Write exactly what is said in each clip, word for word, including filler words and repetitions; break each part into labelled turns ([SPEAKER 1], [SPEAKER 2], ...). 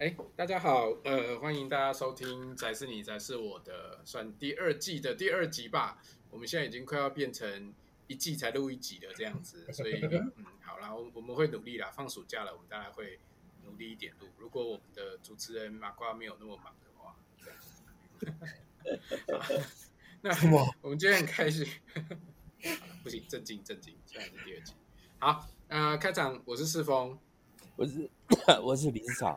[SPEAKER 1] 哎，大家好，呃，欢迎大家收听《宅是你，宅是我》的，算第二季的第二集吧。我们现在已经快要变成一季才录一集的这样子，所以嗯，好啦，我我们会努力啦。放暑假了，我们当然会努力一点录。如果我们的主持人马瓜没有那么忙的话，这样。好，那我们今天很开心。不行，正经正经，现在是第二集。好，呃，开场，我是世峰，
[SPEAKER 2] 我是我是林场，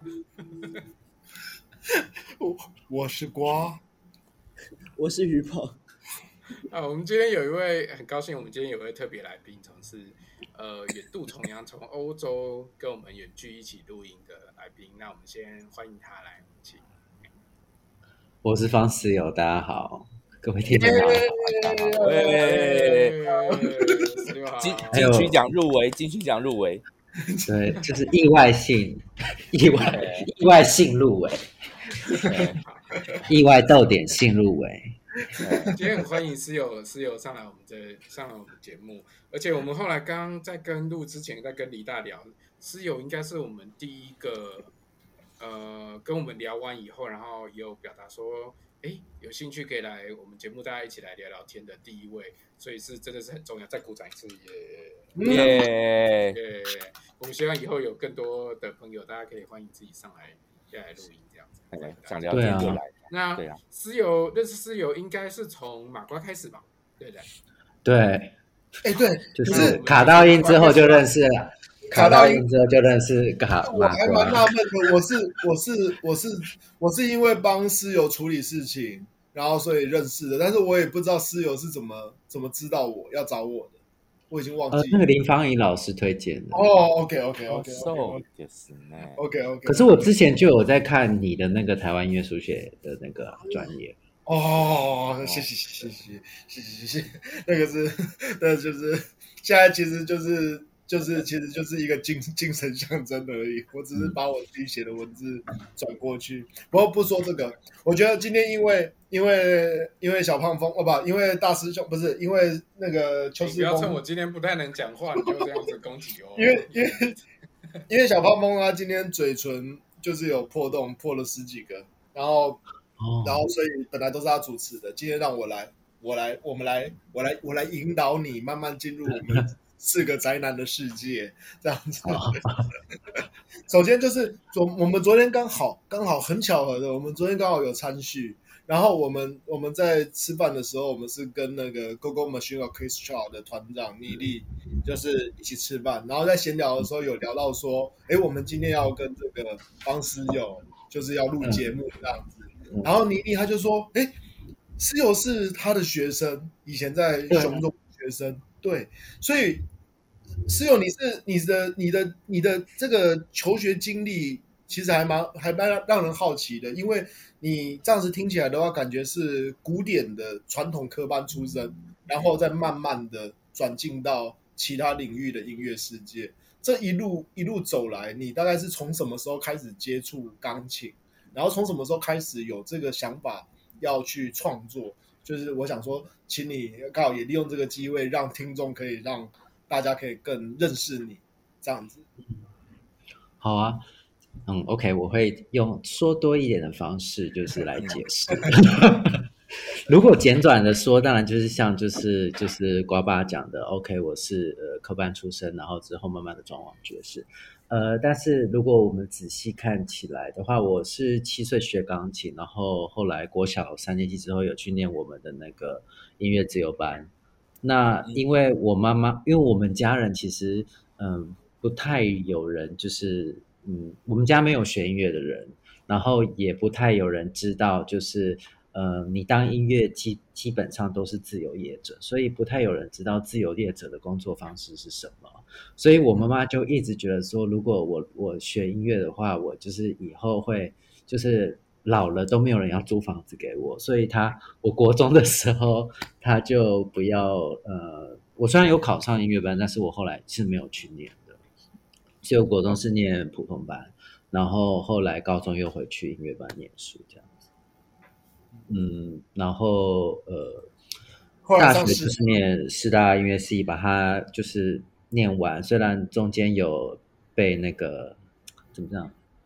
[SPEAKER 3] 我我是瓜，
[SPEAKER 4] 我是鱼鹏。
[SPEAKER 1] 啊，我们今天有一位很高兴，我们今天有一位特别来宾，从是呃远渡重洋，从欧洲跟我们远距一起录音的来宾。那我们先欢迎他来，请。
[SPEAKER 5] 我是方思友，大家好，各位听众好，
[SPEAKER 2] 大家好，喂，金金曲奖入围，金曲奖入围，
[SPEAKER 5] 对，就是意外性，意外意外性入围，意外逗点性入围。
[SPEAKER 1] 今天很欢迎思友思友上来我们这上来我们节目，而且我们后来刚刚在跟录之前在跟李大聊，思友应该是我们第一个呃跟我们聊完以后，然后也有表达说，哎，有兴趣可以来我们节目，大家一起来聊聊天的第一位，所以是真的是很重要，再鼓掌一次，耶
[SPEAKER 2] 耶
[SPEAKER 1] 耶！我们希望以后有更多的朋友，大家可以欢迎自己上来下来录音这样子。
[SPEAKER 2] 想聊天就来。
[SPEAKER 1] 那
[SPEAKER 2] 对啊，
[SPEAKER 1] 思友认识思友应该是从马瓜开始吧？对的。
[SPEAKER 5] 对，
[SPEAKER 3] 哎，对，
[SPEAKER 5] 就是卡到音之后就认识了，卡到音之后就认识卡
[SPEAKER 3] 我还蛮纳闷的，我是我是我是我是因为帮思友处理事情，然后所以认识的，但是我也不知道思友是怎么怎么知道我要找我的，我已经忘记了。
[SPEAKER 5] 呃，那个林芳怡老师推荐的。
[SPEAKER 3] 哦 ，OK OK OK
[SPEAKER 2] そう
[SPEAKER 3] OK
[SPEAKER 2] ですね。
[SPEAKER 3] OK OK。
[SPEAKER 5] 可是我之前就有在看你的那个台湾音乐书写的那个专业。
[SPEAKER 3] 哦，谢谢谢谢谢谢谢谢谢，那个是，那就是现在其实就是就是其实就是一个精精神象征而已，我只是把我自己写的文字转过去。不过不说这个，我觉得今天因为因为因为小胖峰哦不，因为大师兄不是因为那个邱世峰，
[SPEAKER 1] 你不要趁我今天不太能讲话，你就这样子攻击哦。
[SPEAKER 3] 因为因为因为小胖峰他今天嘴唇就是有破洞，破了十几个，然后。
[SPEAKER 5] 哦、
[SPEAKER 3] 然后，所以本来都是他主持的，今天让我来，我来，我们来，我来，我来引导你慢慢进入我们四个宅男的世界，这样子。首先就是昨我们昨天刚好刚好很巧合的，我们昨天刚好有参叙，然后我们我们在吃饭的时候，我们是跟那个 Gogo Machine Orchestra 的团长妮丽就是一起吃饭，然后在闲聊的时候有聊到说，哎，我们今天要跟这个方思友就是要录节目这样子。然后妮妮他就说：“哎，思友是他的学生，以前在雄中学生，对，所以思友你是你的你的你的这个求学经历，其实还蛮还蛮让人好奇的，因为你这样子听起来的话，感觉是古典的传统科班出身，然后再慢慢的转进到其他领域的音乐世界。这一路一路走来，你大概是从什么时候开始接触钢琴？”然后从什么时候开始有这个想法要去创作？就是我想说，请你刚好也利用这个机会，让听众可以让大家可以更认识你，这样子。
[SPEAKER 5] 好啊，嗯 ，OK， 我会用说多一点的方式，就是来解释。如果简短的说，当然就是像就是就是瓜爸讲的 ，OK， 我是呃科班出身，然后之后慢慢的转往爵士。呃，但是如果我们仔细看起来的话，我是七岁学钢琴，然后后来国小三年级之后有去念我们的那个音乐自由班。那因为我妈妈，因为我们家人其实嗯不太有人就是嗯我们家没有学音乐的人，然后也不太有人知道就是呃你当音乐基基本上都是自由业者，所以不太有人知道自由业者的工作方式是什么。所以我妈妈就一直觉得说，如果我我学音乐的话，我就是以后会就是老了都没有人要租房子给我，所以她我国中的时候，她就不要呃，我虽然有考上音乐班，但是我后来是没有去念的，所以我国中是念普通班，然后后来高中又回去音乐班念书这样子，嗯，然后呃，大学就是念师大音乐系，把它就是念完，虽然中间有被那个怎么讲，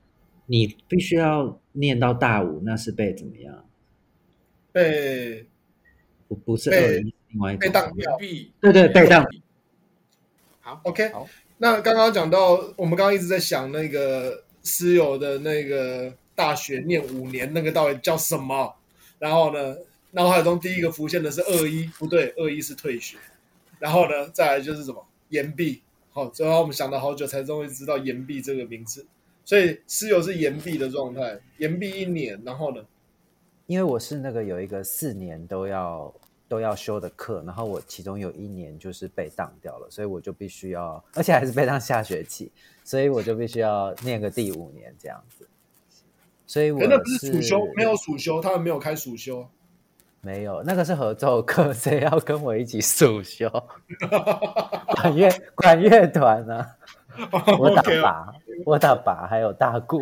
[SPEAKER 5] 你必须要念到大五，那是被怎么样？
[SPEAKER 3] 被
[SPEAKER 5] 不不是二一，另外一种
[SPEAKER 3] 被当掉。
[SPEAKER 5] 对对，被当。
[SPEAKER 1] 好
[SPEAKER 3] ，OK
[SPEAKER 2] 好。
[SPEAKER 3] 那刚刚讲到，我们刚刚一直在想那个私有的那个大学念五年，那个到底叫什么？然后呢，脑海中第一个浮现的是二一，不对，二一是退学。然后呢，再来就是什么延毕。好，最后我们想了好久，才终于知道延毕这个名字。所以私有是延毕的状态，延毕一年，然后呢？
[SPEAKER 6] 因为我是那个有一个四年都要都要修的课，然后我其中有一年就是被当掉了，所以我就必须要，而且还是被当下学期，所以我就必须要念个第五年这样子。所以我
[SPEAKER 3] 那不是暑修，没有暑修，他们没有开暑修，
[SPEAKER 6] 没有，那个是合奏课，谁要跟我一起暑修？管乐管乐团啊，我打拔，我打拔，还有大鼓。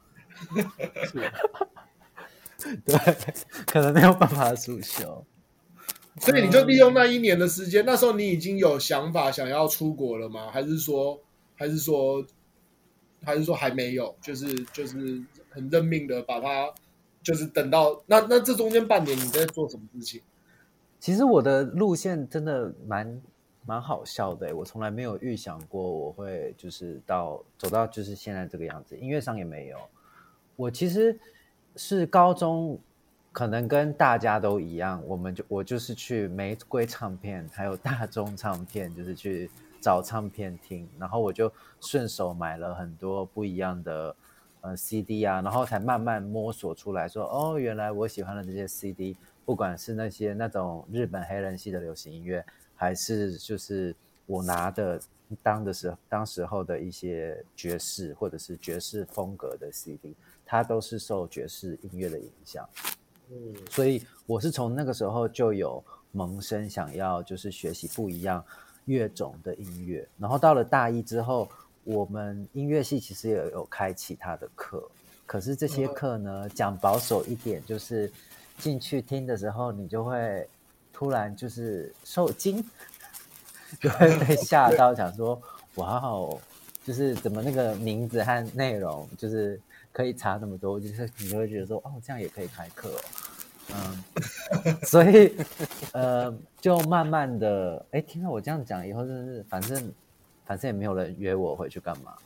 [SPEAKER 6] 对，可能没有办法暑修，
[SPEAKER 3] 所以你就利用那一年的时间。那时候你已经有想法想要出国了吗？还是说，还是说，还是说还没有？就是就是很认命的把它，就是等到那那这中间半年你在做什么事情？
[SPEAKER 6] 其实我的路线真的蛮蛮好笑的，我从来没有预想过我会就是到走到就是现在这个样子，音乐上也没有。我其实。是高中可能跟大家都一样，我们就我就是去玫瑰唱片还有大众唱片，就是去找唱片听，然后我就顺手买了很多不一样的呃 C D 啊，然后才慢慢摸索出来说，哦，原来我喜欢的这些 C D， 不管是那些那种日本黑人系的流行音乐，还是就是我拿的当的时当时候的一些爵士或者是爵士风格的 C D。它都是受爵士音乐的影响，嗯，所以我是从那个时候就有萌生想要就是学习不一样乐种的音乐，然后到了大一之后，我们音乐系其实也有开其他的课，可是这些课呢，讲保守一点，就是进去听的时候，你就会突然就是受惊，就会被吓到，想说哇哦，就是怎么那个名字和内容就是可以差那么多，就是你就会觉得说，哦，这样也可以开课哦，嗯，所以呃，就慢慢的，哎，听到我这样讲以后，真的是反正反正也没有人约我回去干嘛，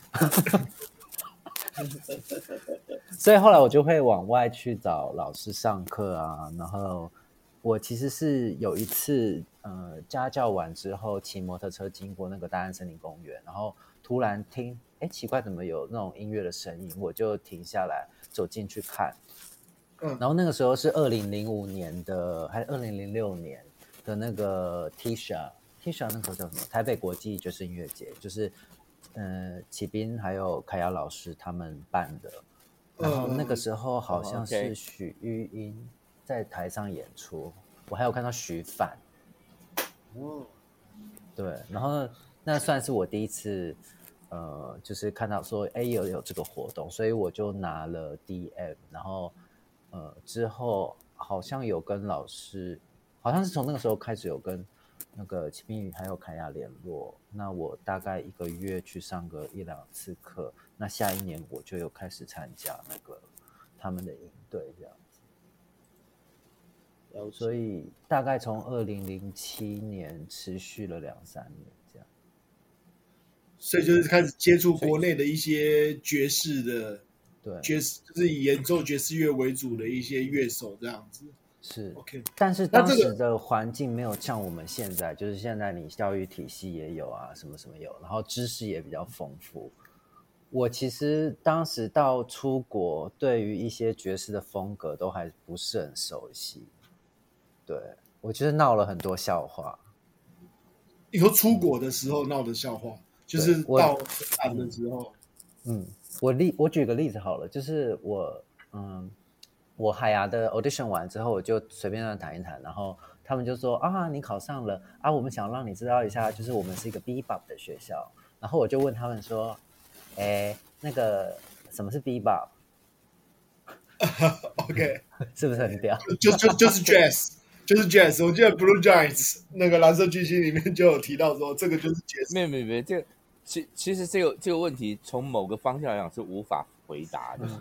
[SPEAKER 6] 所以后来我就会往外去找老师上课啊，然后我其实是有一次呃家教完之后骑摩托车经过那个大安森林公园，然后突然听。哎，奇怪，怎么有那种音乐的声音？我就停下来，走进去看。嗯，然后那个时候是二零零五年的，还是二零零六年的那个 Tisha，Tisha 那个叫什么？台北国际爵士音乐节，就是呃启斌还有凯雅老师他们办的。然后那个时候好像是许玉英在台上演出，我还有看到许凡。哦，对，然后那算是我第一次。呃，就是看到说，哎，有有这个活动，所以我就拿了 D M， 然后呃之后好像有跟老师，好像是从那个时候开始有跟那个齐斌宇还有凯亚联络。那我大概一个月去上个一两次课，那下一年我就有开始参加那个他们的营队这样子。所以大概从二零零七年持续了两三年。
[SPEAKER 3] 所以就是开始接触国内的一些爵士的，
[SPEAKER 6] 对，
[SPEAKER 3] 爵士就是以演奏爵士乐为主的一些乐手这样子。
[SPEAKER 6] 是
[SPEAKER 3] OK，
[SPEAKER 6] 但是当时的环境没有像我们现在，就是现在你教育体系也有啊，什么什么有，然后知识也比较丰富。我其实当时到出国，对于一些爵士的风格都还不是很熟悉。对，我就是闹了很多笑话。
[SPEAKER 3] 以后出国的时候闹的笑话。就是到谈的时候，
[SPEAKER 6] 嗯，我例我举个例子好了，就是我嗯，我海牙的 audition 完之后，我就随便让谈一谈，然后他们就说啊，你考上了啊，我们想让你知道一下，就是我们是一个 bebop 的学校，然后我就问他们说，哎，那个什么是 bebop？
[SPEAKER 3] OK，
[SPEAKER 6] 是不是很屌？
[SPEAKER 3] 就就就是 jazz。就是 jazz， 我记得 Blue Giants 那个蓝色巨星里面就有提到说，这个就是 jazz。
[SPEAKER 2] 没有没有没有，这个其其实这个这个问题从某个方向来讲是无法回答的。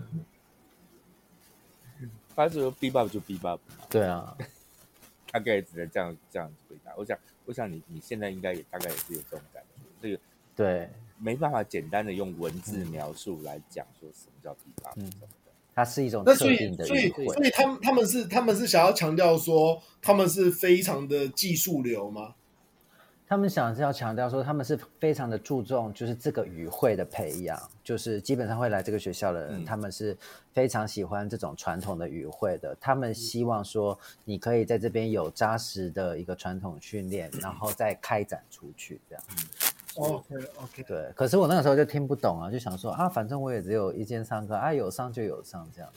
[SPEAKER 2] 他说 Bebop 就 Bebop，
[SPEAKER 6] 对啊，
[SPEAKER 2] 大概只能这样这样回答。我想，我想你你现在应该也大概也是有这种感觉，这个
[SPEAKER 6] 对，
[SPEAKER 2] 没办法简单的用文字描述来讲说什么叫 Bebop 什么的。
[SPEAKER 6] 它是一种
[SPEAKER 3] 那所以
[SPEAKER 6] 特定的
[SPEAKER 3] 所以
[SPEAKER 6] 语汇。
[SPEAKER 3] 所以他们他们是他们是想要强调说他们是非常的技术流吗？
[SPEAKER 6] 他们想是要强调说，他们是非常的注重就是这个语汇的培养，就是基本上会来这个学校的人，
[SPEAKER 2] 嗯、
[SPEAKER 6] 他们是非常喜欢这种传统的语汇的。他们希望说，你可以在这边有扎实的一个传统训练，然后再开展出去这样。
[SPEAKER 3] OK OK，
[SPEAKER 6] 对。可是我那个时候就听不懂啊，就想说啊，反正我也只有一间上课啊，有上就有上这样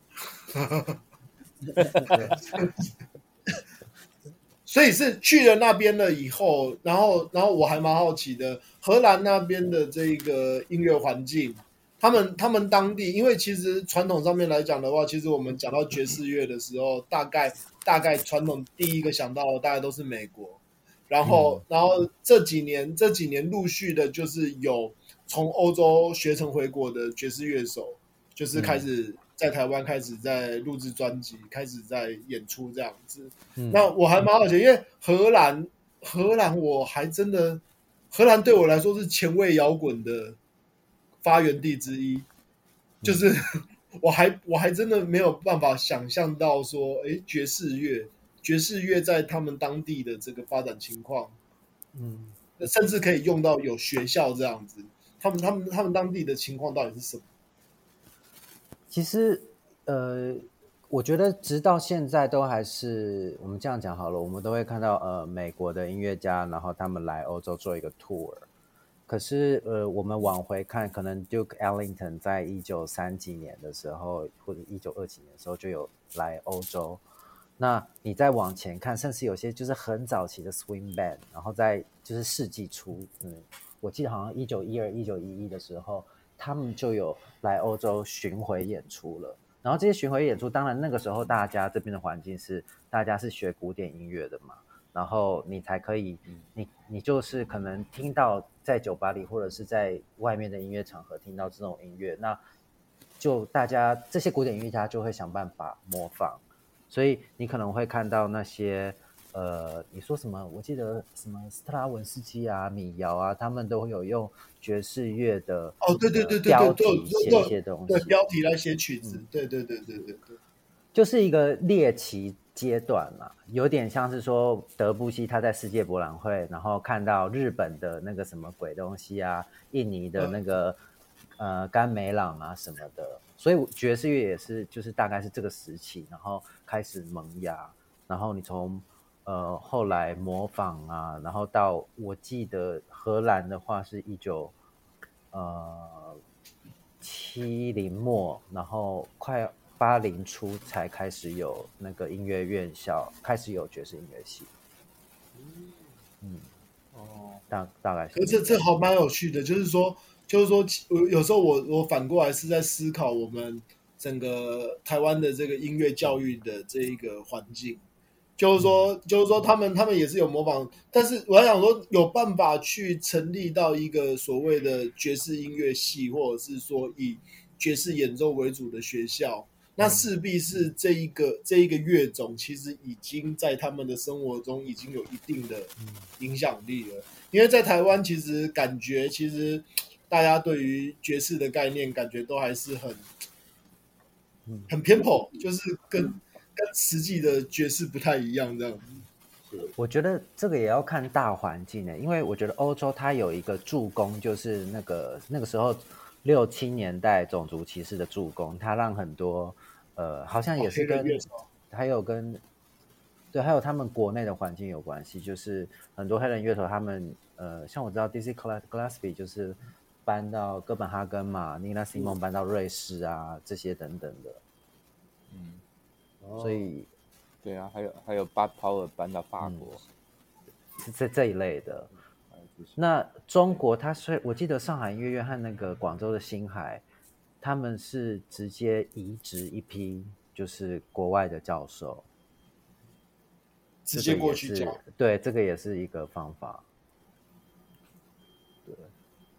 [SPEAKER 6] 子。
[SPEAKER 3] 所以是去了那边了以后，然后，然后我还蛮好奇的，荷兰那边的这个音乐环境，他们他们当地，因为其实传统上面来讲的话，其实我们讲到爵士乐的时候，大概大概传统第一个想到的大概都是美国，然后、嗯、然后这几年这几年陆续的，就是有从欧洲学成回国的爵士乐手，就是开始。嗯在台湾开始在录制专辑，开始在演出这样子。嗯、那我还蛮好奇，因为荷兰，荷兰我还真的，荷兰对我来说是前卫摇滚的发源地之一。就是我还我还真的没有办法想象到说，哎，爵士乐，爵士乐在他们当地的这个发展情况，嗯，甚至可以用到有学校这样子。他们他们他们当地的情况到底是什么？
[SPEAKER 6] 其实，呃，我觉得直到现在都还是我们这样讲好了，我们都会看到呃美国的音乐家，然后他们来欧洲做一个 tour。可是呃，我们往回看，可能 Duke Ellington 在一九三几年的时候，或者一九二几年的时候就有来欧洲。那你再往前看，甚至有些就是很早期的 swing band， 然后在就是世纪初，嗯，我记得好像一九一二、一九一一的时候。他们就有来欧洲巡回演出了，然后这些巡回演出，当然那个时候大家这边的环境是大家是学古典音乐的嘛，然后你才可以，你你就是可能听到在酒吧里或者是在外面的音乐场合听到这种音乐，那就大家这些古典音乐家就会想办法模仿，所以你可能会看到那些。呃，你说什么？我记得什么斯特拉文斯基啊、米尧啊，他们都会有用爵士乐的
[SPEAKER 3] 哦，对对对对对，
[SPEAKER 6] 标题写一些东西，
[SPEAKER 3] 对标题来写曲子，嗯、对对对对对对，
[SPEAKER 6] 就是一个猎奇阶段嘛，有点像是说德布西他在世界博览会，然后看到日本的那个什么鬼东西啊，印尼的那个、嗯、呃甘美朗啊什么的，所以爵士乐也是就是大概是这个时期，然后开始萌芽，然后你从呃，后来模仿啊，然后到我记得荷兰的话是一九呃七零末，然后快八零初才开始有那个音乐院校，开始有爵士音乐系。嗯，哦，大大概是。
[SPEAKER 3] 可这这好蛮有趣的，就是说，就是说，有时候我我反过来是在思考我们整个台湾的这个音乐教育的这一个环境。就是说，就是说，他们他们也是有模仿，但是我要想说，有办法去成立到一个所谓的爵士音乐系，或者是说以爵士演奏为主的学校，那势必是这一个这一个乐种，其实已经在他们的生活中已经有一定的影响力了。因为在台湾，其实感觉其实大家对于爵士的概念，感觉都还是很很偏颇，就是跟。跟实际的爵士不太一样，这样。
[SPEAKER 6] 我觉得这个也要看大环境的，因为我觉得欧洲它有一个助攻，就是那个那个时候六七年代种族歧视的助攻，它让很多呃，好像也是跟、哦、还有跟对，还有他们国内的环境有关系，就是很多黑人乐手他们呃，像我知道 Dizzy Gillespie 就是搬到哥本哈根嘛 ，Nina Simone 搬到瑞士啊，这些等等的，嗯。所以，
[SPEAKER 2] 对啊，还有还有 Bud Powell 搬到法国，
[SPEAKER 6] 是、嗯、这这一类的。那中国，它是我记得上海音乐院和那个广州的星海，他们是直接移植一批就是国外的教授，
[SPEAKER 3] 直接过去教。
[SPEAKER 6] 对，这个也是一个方法。对，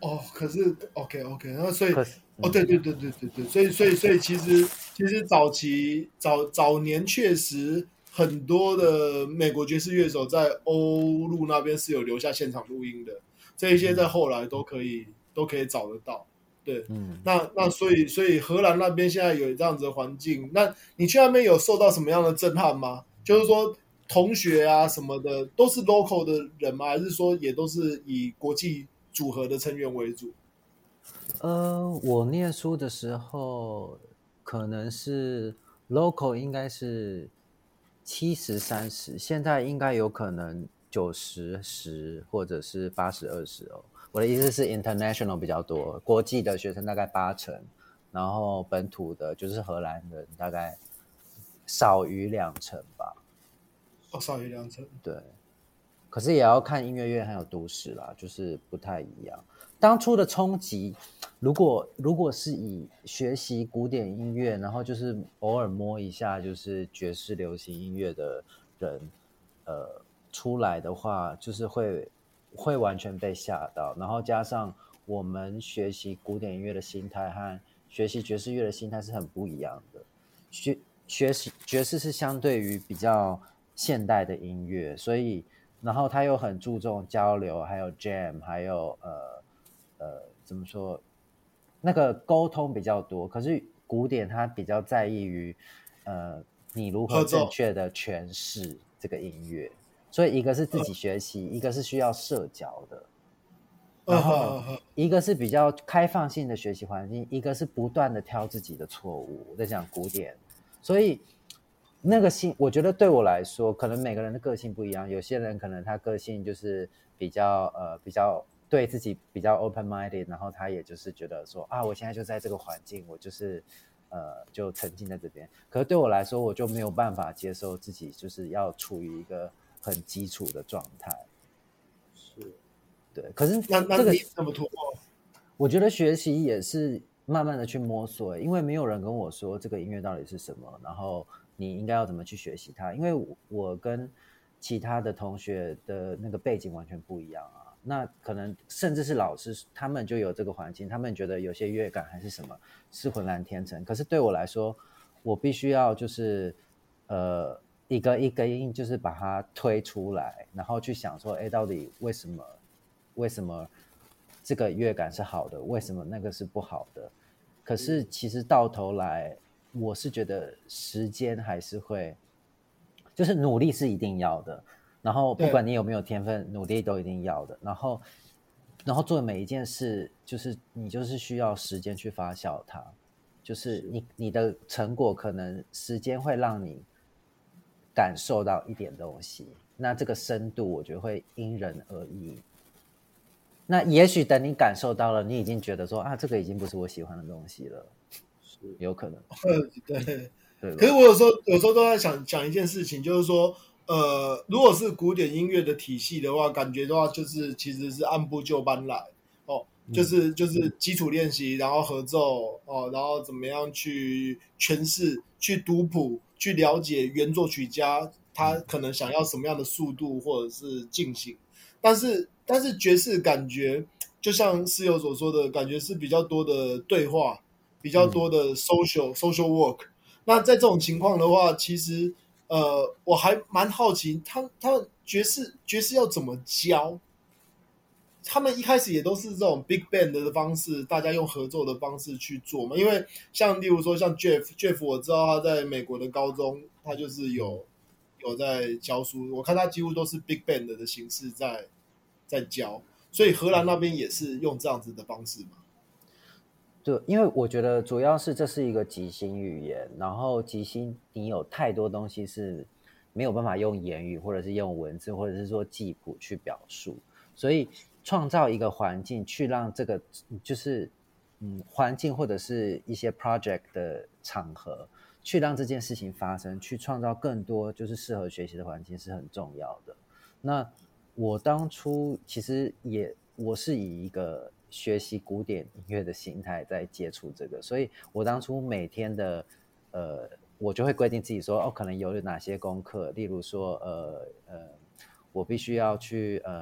[SPEAKER 3] 哦，可是 OK OK，然后所以
[SPEAKER 6] 可是
[SPEAKER 3] 哦，对对对对对对，所以所以所以其实其实早期早早年确实很多的美国爵士乐手在欧陆那边是有留下现场录音的，这一些在后来都可以都可以找得到。对，
[SPEAKER 6] 嗯，
[SPEAKER 3] 那那所以所以荷兰那边现在有这样子的环境，那你去那边有受到什么样的震撼吗？就是说同学啊什么的都是 local 的人吗？还是说也都是以国际组合的成员为主？
[SPEAKER 6] 呃，我念书的时候可能是 local 应该是七十三十，现在应该有可能九十十或者是八十二十哦。我的意思是 international 比较多，国际的学生大概八成，然后本土的就是荷兰人大概少于两成吧。
[SPEAKER 3] 哦，少于两成。
[SPEAKER 6] 对，可是也要看音乐院还有都市啦，就是不太一样。当初的冲击，如果如果是以学习古典音乐，然后就是偶尔摸一下就是爵士流行音乐的人，呃，出来的话，就是会会完全被吓到。然后加上我们学习古典音乐的心态和学习爵士乐的心态是很不一样的。学学习爵士是相对于比较现代的音乐，所以然后他又很注重交流，还有 jam， 还有呃呃怎么说，那个沟通比较多。可是古典它比较在意于呃你如何正确的诠释这个音乐，所以一个是自己学习，一个是需要社交的。然后一个是比较开放性的学习环境，一个是不断的挑自己的错误。我在讲古典，所以那个性，我觉得对我来说，可能每个人的个性不一样。有些人可能他个性就是比较呃比较对自己比较 open minded， 然后他也就是觉得说啊，我现在就在这个环境，我就是呃就沉浸在这边。可是对我来说，我就没有办法接受自己就是要处于一个很基础的状态。
[SPEAKER 3] 是。
[SPEAKER 6] 对，可是
[SPEAKER 3] 那那你怎么突破？
[SPEAKER 6] 我觉得学习也是慢慢的去摸索，因为没有人跟我说这个音乐到底是什么，然后你应该要怎么去学习它。因为我跟其他的同学的那个背景完全不一样啊，那可能甚至是老师他们就有这个环境，他们觉得有些乐感还是什么是浑然天成，可是对我来说，我必须要就是呃一个一个音就是把它推出来，然后去想说，哎，到底为什么？为什么这个乐感是好的？为什么那个是不好的？可是其实到头来，我是觉得时间还是会，就是努力是一定要的。然后不管你有没有天分，努力都一定要的。然后，然后做每一件事，就是你就是需要时间去发酵它。就是你你的成果可能时间会让你感受到一点东西，那这个深度我觉得会因人而异。那也许等你感受到了，你已经觉得说啊，这个已经不是我喜欢的东西了，是有可能。
[SPEAKER 3] 对
[SPEAKER 6] 对。
[SPEAKER 3] 可是我有时候有时候都在想讲一件事情，就是说，呃，如果是古典音乐的体系的话，感觉的话就是其实是按部就班来哦，就是就是基础练习，然后合奏哦，然后怎么样去诠释、去读谱、去了解原作曲家他可能想要什么样的速度或者是进行，但是。但是爵士感觉就像室友所说的，感觉是比较多的对话，比较多的 social、嗯、social work。那在这种情况的话，其实呃，我还蛮好奇，他他爵士爵士要怎么教？他们一开始也都是这种 big band 的方式，大家用合奏的方式去做嘛。因为像例如说像 Jeff Jeff， 我知道他在美国的高中，他就是有有在教书，我看他几乎都是 big band 的形式在。在教，所以荷兰那边也是用这样子的方式嘛？
[SPEAKER 6] 对，因为我觉得主要是这是一个即兴语言，然后即兴你有太多东西是没有办法用言语或者是用文字或者是说记谱去表述，所以创造一个环境去让这个就是嗯环境或者是一些 project 的场合去让这件事情发生，去创造更多就是适合学习的环境是很重要的。那我当初其实也我是以一个学习古典音乐的心态在接触这个，所以我当初每天的呃，我就会规定自己说，哦，可能有哪些功课，例如说呃呃，我必须要去呃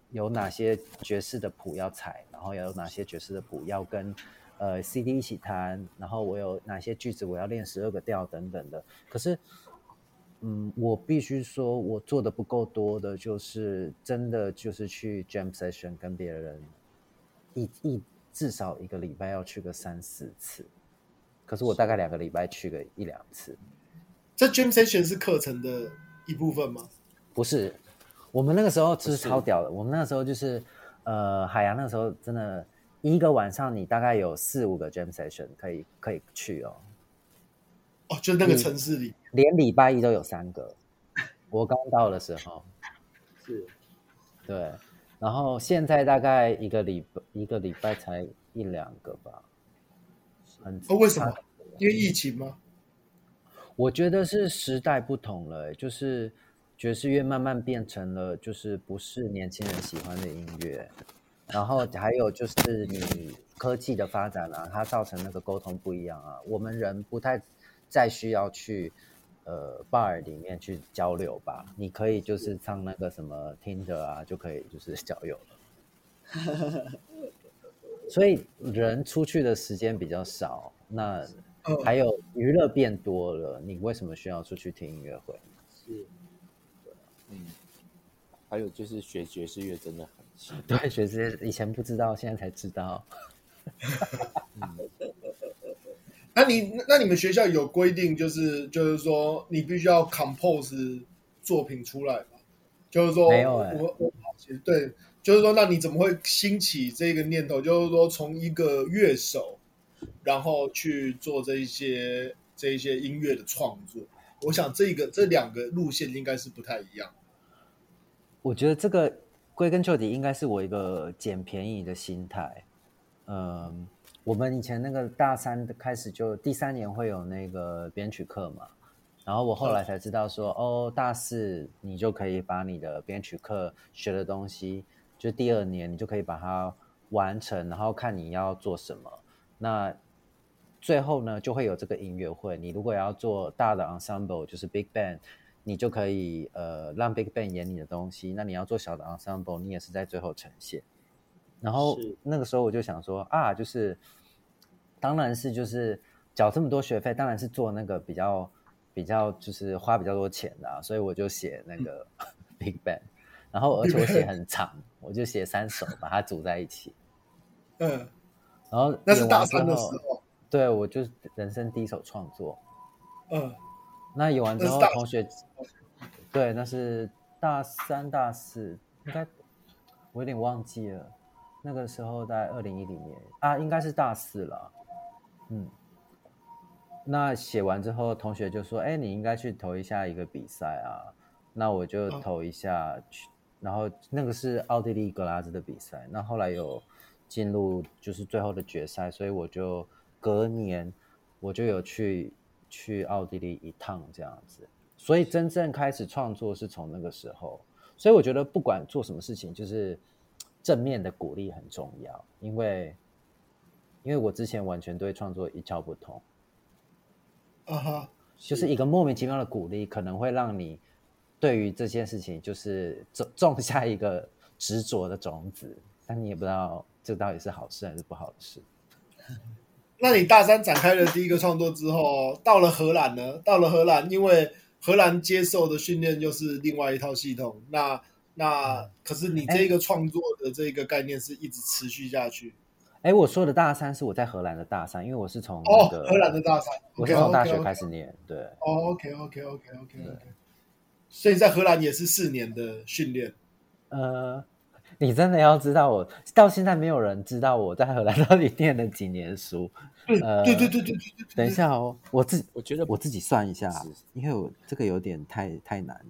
[SPEAKER 6] 有哪些爵士的谱要踩，然后有哪些爵士的谱要跟呃 C D 一起弹，然后我有哪些句子我要练十二个调等等的。可是，嗯，我必须说，我做的不够多的，就是真的就是去 jam session 跟别人一一至少一个礼拜要去个三四次，可是我大概两个礼拜去个一两次。
[SPEAKER 3] 这 jam session 是课程的一部分吗？
[SPEAKER 6] 不是，我们那个时候就是超屌的。我们那个时候就是呃，海洋那个时候真的，一个晚上你大概有四五个 jam session 可以可以去哦。
[SPEAKER 3] 哦，就是那个城市里，
[SPEAKER 6] 连礼拜一都有三个。我刚到的时候，
[SPEAKER 4] 是，
[SPEAKER 6] 对，然后现在大概一个礼拜一个礼拜才一两个吧。很
[SPEAKER 3] 哦，为什么？因为疫情吗？
[SPEAKER 6] 我觉得是时代不同了，就是爵士乐慢慢变成了就是不是年轻人喜欢的音乐，然后还有就是你科技的发展啊，它造成那个沟通不一样啊，我们人不太再需要去呃 bar 里面去交流吧，你可以就是唱那个什么 Tinder 啊，就可以就是交友了。所以人出去的时间比较少，那还有娱乐变多了，你为什么需要出去听音乐会？
[SPEAKER 4] 是，
[SPEAKER 2] 嗯，还有就是学爵士乐真的很辛苦。
[SPEAKER 6] 对，爵士乐以前不知道，现在才知道。
[SPEAKER 2] 嗯，
[SPEAKER 3] 那你那你们学校有规定，就是就是说你必须要 compose 作品出来吗？就是说，
[SPEAKER 6] 没有欸
[SPEAKER 3] 我我好奇，对，就是说，那你怎么会兴起这个念头？就是说，从一个乐手，然后去做这一些这一些音乐的创作。我想这个这两个路线应该是不太一样。
[SPEAKER 6] 我觉得这个归根究底应该是我一个捡便宜的心态。嗯，我们以前那个大三开始就第三年会有那个编曲课嘛，然后我后来才知道说，哦，大四你就可以把你的编曲课学的东西，就第二年你就可以把它完成，然后看你要做什么。那最后呢，就会有这个音乐会。你如果要做大的 ensemble， 就是 big band， 你就可以呃让 big band 演你的东西。那你要做小的 ensemble， 你也是在最后呈现。然后那个时候我就想说啊，就是当然是就是缴这么多学费，当然是做那个比较比较就是花比较多钱的、啊，所以我就写那个 big band， 然后而且我写很长，我就写三首把它组在一起。
[SPEAKER 3] 嗯，
[SPEAKER 6] 然后
[SPEAKER 3] 那是大三的时候，
[SPEAKER 6] 对，我就是人生第一首创作。
[SPEAKER 3] 嗯，
[SPEAKER 6] 那演完之后，同学，对，那是大三、大四，应该我有点忘记了。那个时候在二零一零年啊，应该是大四了。嗯，那写完之后，同学就说：“哎，你应该去投一下一个比赛啊。”那我就投一下去，然后那个是奥地利格拉兹的比赛。那后来有进入就是最后的决赛，所以我就隔年我就有去去奥地利一趟这样子。所以真正开始创作是从那个时候。所以我觉得不管做什么事情，就是正面的鼓励很重要，因为因为我之前完全对创作一窍不通，
[SPEAKER 3] 啊哈，
[SPEAKER 6] 就是一个莫名其妙的鼓励，可能会让你对于这件事情就是种种下一个执着的种子，但你也不知道这到底是好事还是不好的事。
[SPEAKER 3] 那你大三展开了第一个创作之后，到了荷兰呢？到了荷兰，因为荷兰接受的训练又是另外一套系统，那那可是你这个创作的这个概念是一直持续下去。
[SPEAKER 6] 哎，我说的大三是我在荷兰的大三，因为我是从那个、
[SPEAKER 3] 哦，荷兰的大三，
[SPEAKER 6] 我是从大学开始念，对。
[SPEAKER 3] 哦 ，OK OK OK OK OK， 所以在荷兰也是四年的训练。
[SPEAKER 6] 呃，你真的要知道我，到现在没有人知道我在荷兰到底念了几年书。呃，
[SPEAKER 3] 对对对对对对。
[SPEAKER 6] 等一下哦，我自
[SPEAKER 2] 我觉得
[SPEAKER 6] 我自己算一下，因为我这个有点太太难。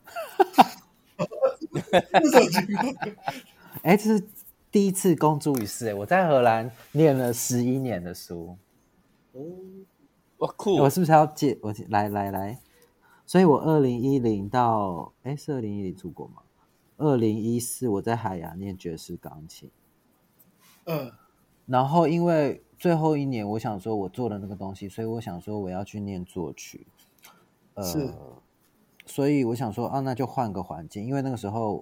[SPEAKER 6] 哎，这是第一次公诸于世，我在荷兰念了十一年的书。
[SPEAKER 4] 哦，
[SPEAKER 2] 哇酷！
[SPEAKER 6] 我是不是要借我来来来？所以我二零一零到哎是二零一零出国吗？二零一四我在海牙念爵士钢琴。
[SPEAKER 3] 嗯，
[SPEAKER 6] 然后因为最后一年我想说我做了那个东西，所以我想说我要去念作曲。呃，
[SPEAKER 3] 是，
[SPEAKER 6] 所以我想说啊，那就换个环境，因为那个时候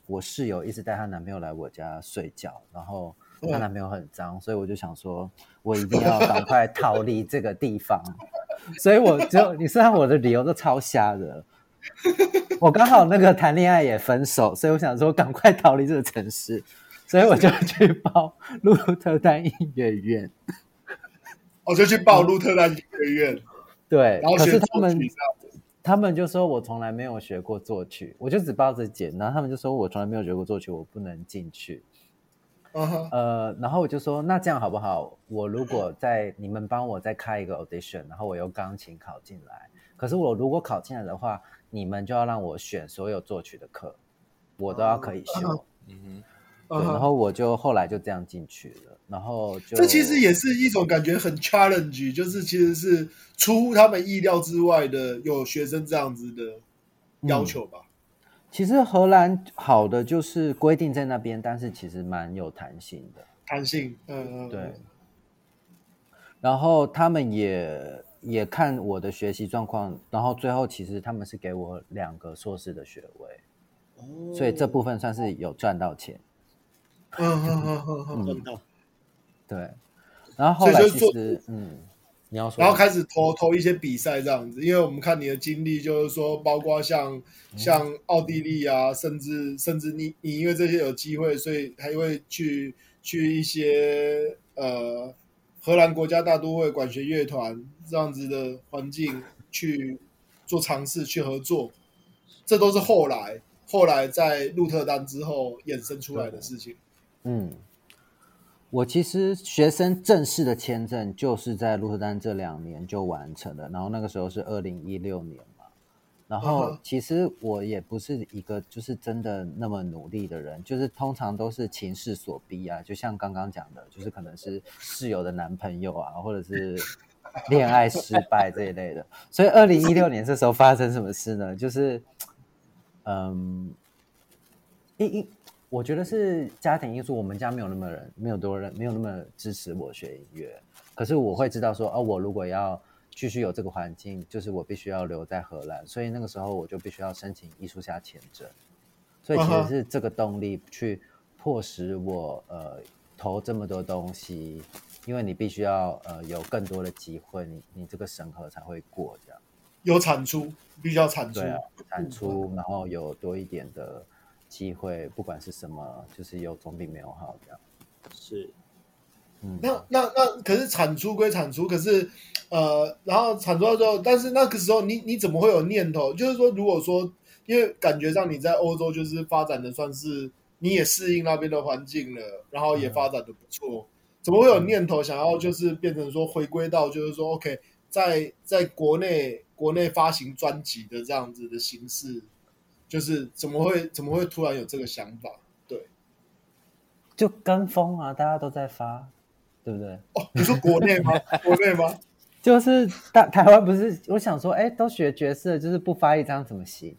[SPEAKER 6] 我室友一直带她男朋友来我家睡觉，然后她男朋友很脏，所以我就想说，我一定要赶快逃离这个地方。所以我就你虽然我的理由都超瞎的，我刚好那个谈恋爱也分手，所以我想说赶快逃离这个城市，所以我就去报鹿特丹音乐院。
[SPEAKER 3] 我就去报鹿特丹音乐院，
[SPEAKER 6] 对，
[SPEAKER 3] 然后学
[SPEAKER 6] 可是他们
[SPEAKER 3] 作曲这样子。
[SPEAKER 6] 他们就说我从来没有学过作曲，我就只报这简，然后他们就说我从来没有学过作曲，我不能进去。
[SPEAKER 3] 嗯哼，
[SPEAKER 6] 呃，然后我就说那这样好不好？我如果在你们帮我再开一个 audition， 然后我用钢琴考进来，可是我如果考进来的话，你们就要让我选所有作曲的课，我都要可以修。
[SPEAKER 2] 嗯哼，
[SPEAKER 6] 对，然后我就后来就这样进去了，然后就
[SPEAKER 3] 这其实也是一种感觉很 challenge， 就是其实是出乎他们意料之外的，有学生这样子的要求吧。
[SPEAKER 6] 嗯其实荷兰好的就是规定在那边，但是其实蛮有弹性的。
[SPEAKER 3] 弹性，嗯嗯，
[SPEAKER 6] 对。然后他们也也看我的学习状况，然后最后其实他们是给我两个硕士的学位，
[SPEAKER 4] 哦，
[SPEAKER 6] 所以这部分算是有赚到钱。
[SPEAKER 3] 嗯嗯嗯嗯嗯，
[SPEAKER 4] 赚到，
[SPEAKER 6] 对。然后后来其
[SPEAKER 3] 所以就做
[SPEAKER 6] 实嗯，你要说，
[SPEAKER 3] 然后开始投投一些比赛这样子，因为我们看你的经历，就是说，包括像像奥地利啊，甚至甚至你你因为这些有机会，所以还会去去一些呃荷兰国家大都会管弦乐团这样子的环境去做尝试去合作，这都是后来后来在鹿特丹之后衍生出来的事情。
[SPEAKER 6] 嗯。我其实学生正式的签证就是在鹿特丹这两年就完成了，然后那个时候是二零一六年嘛。然后其实我也不是一个就是真的那么努力的人，就是通常都是情势所逼啊，就像刚刚讲的，就是可能是室友的男朋友啊，或者是恋爱失败这一类的。所以二零一六年这时候发生什么事呢？就是嗯，一一。我觉得是家庭因素，我们家没有那么人，没有多人，没有那么支持我学音乐。可是我会知道说，哦，我如果要继续有这个环境，就是我必须要留在荷兰，所以那个时候我就必须要申请艺术家签证。所以其实是这个动力去迫使我呃投这么多东西，因为你必须要呃有更多的机会，你你这个审核才会过这样。
[SPEAKER 3] 有产出，必须要产出，
[SPEAKER 6] 对啊，产出，然后有多一点的机会，不管是什么，就是有总比没有好这样。
[SPEAKER 4] 是，
[SPEAKER 6] 嗯，
[SPEAKER 3] 那那那可是产出归产出，可是呃，然后产出到之后，但是那个时候你你怎么会有念头？就是说，如果说，因为感觉上你在欧洲就是发展的算是你也适应那边的环境了，然后也发展的不错，怎么会有念头想要就是变成说回归到就是说 OK， 在在国内国内发行专辑的这样子的形式？就是怎么会怎么会突然有这个想法？对，
[SPEAKER 6] 就跟风啊，大家都在发，对不对？
[SPEAKER 3] 哦，你说国内吗？国内吗？
[SPEAKER 6] 就是大台湾不是，我想说，哎，都学爵士了，就是不发一张怎么行？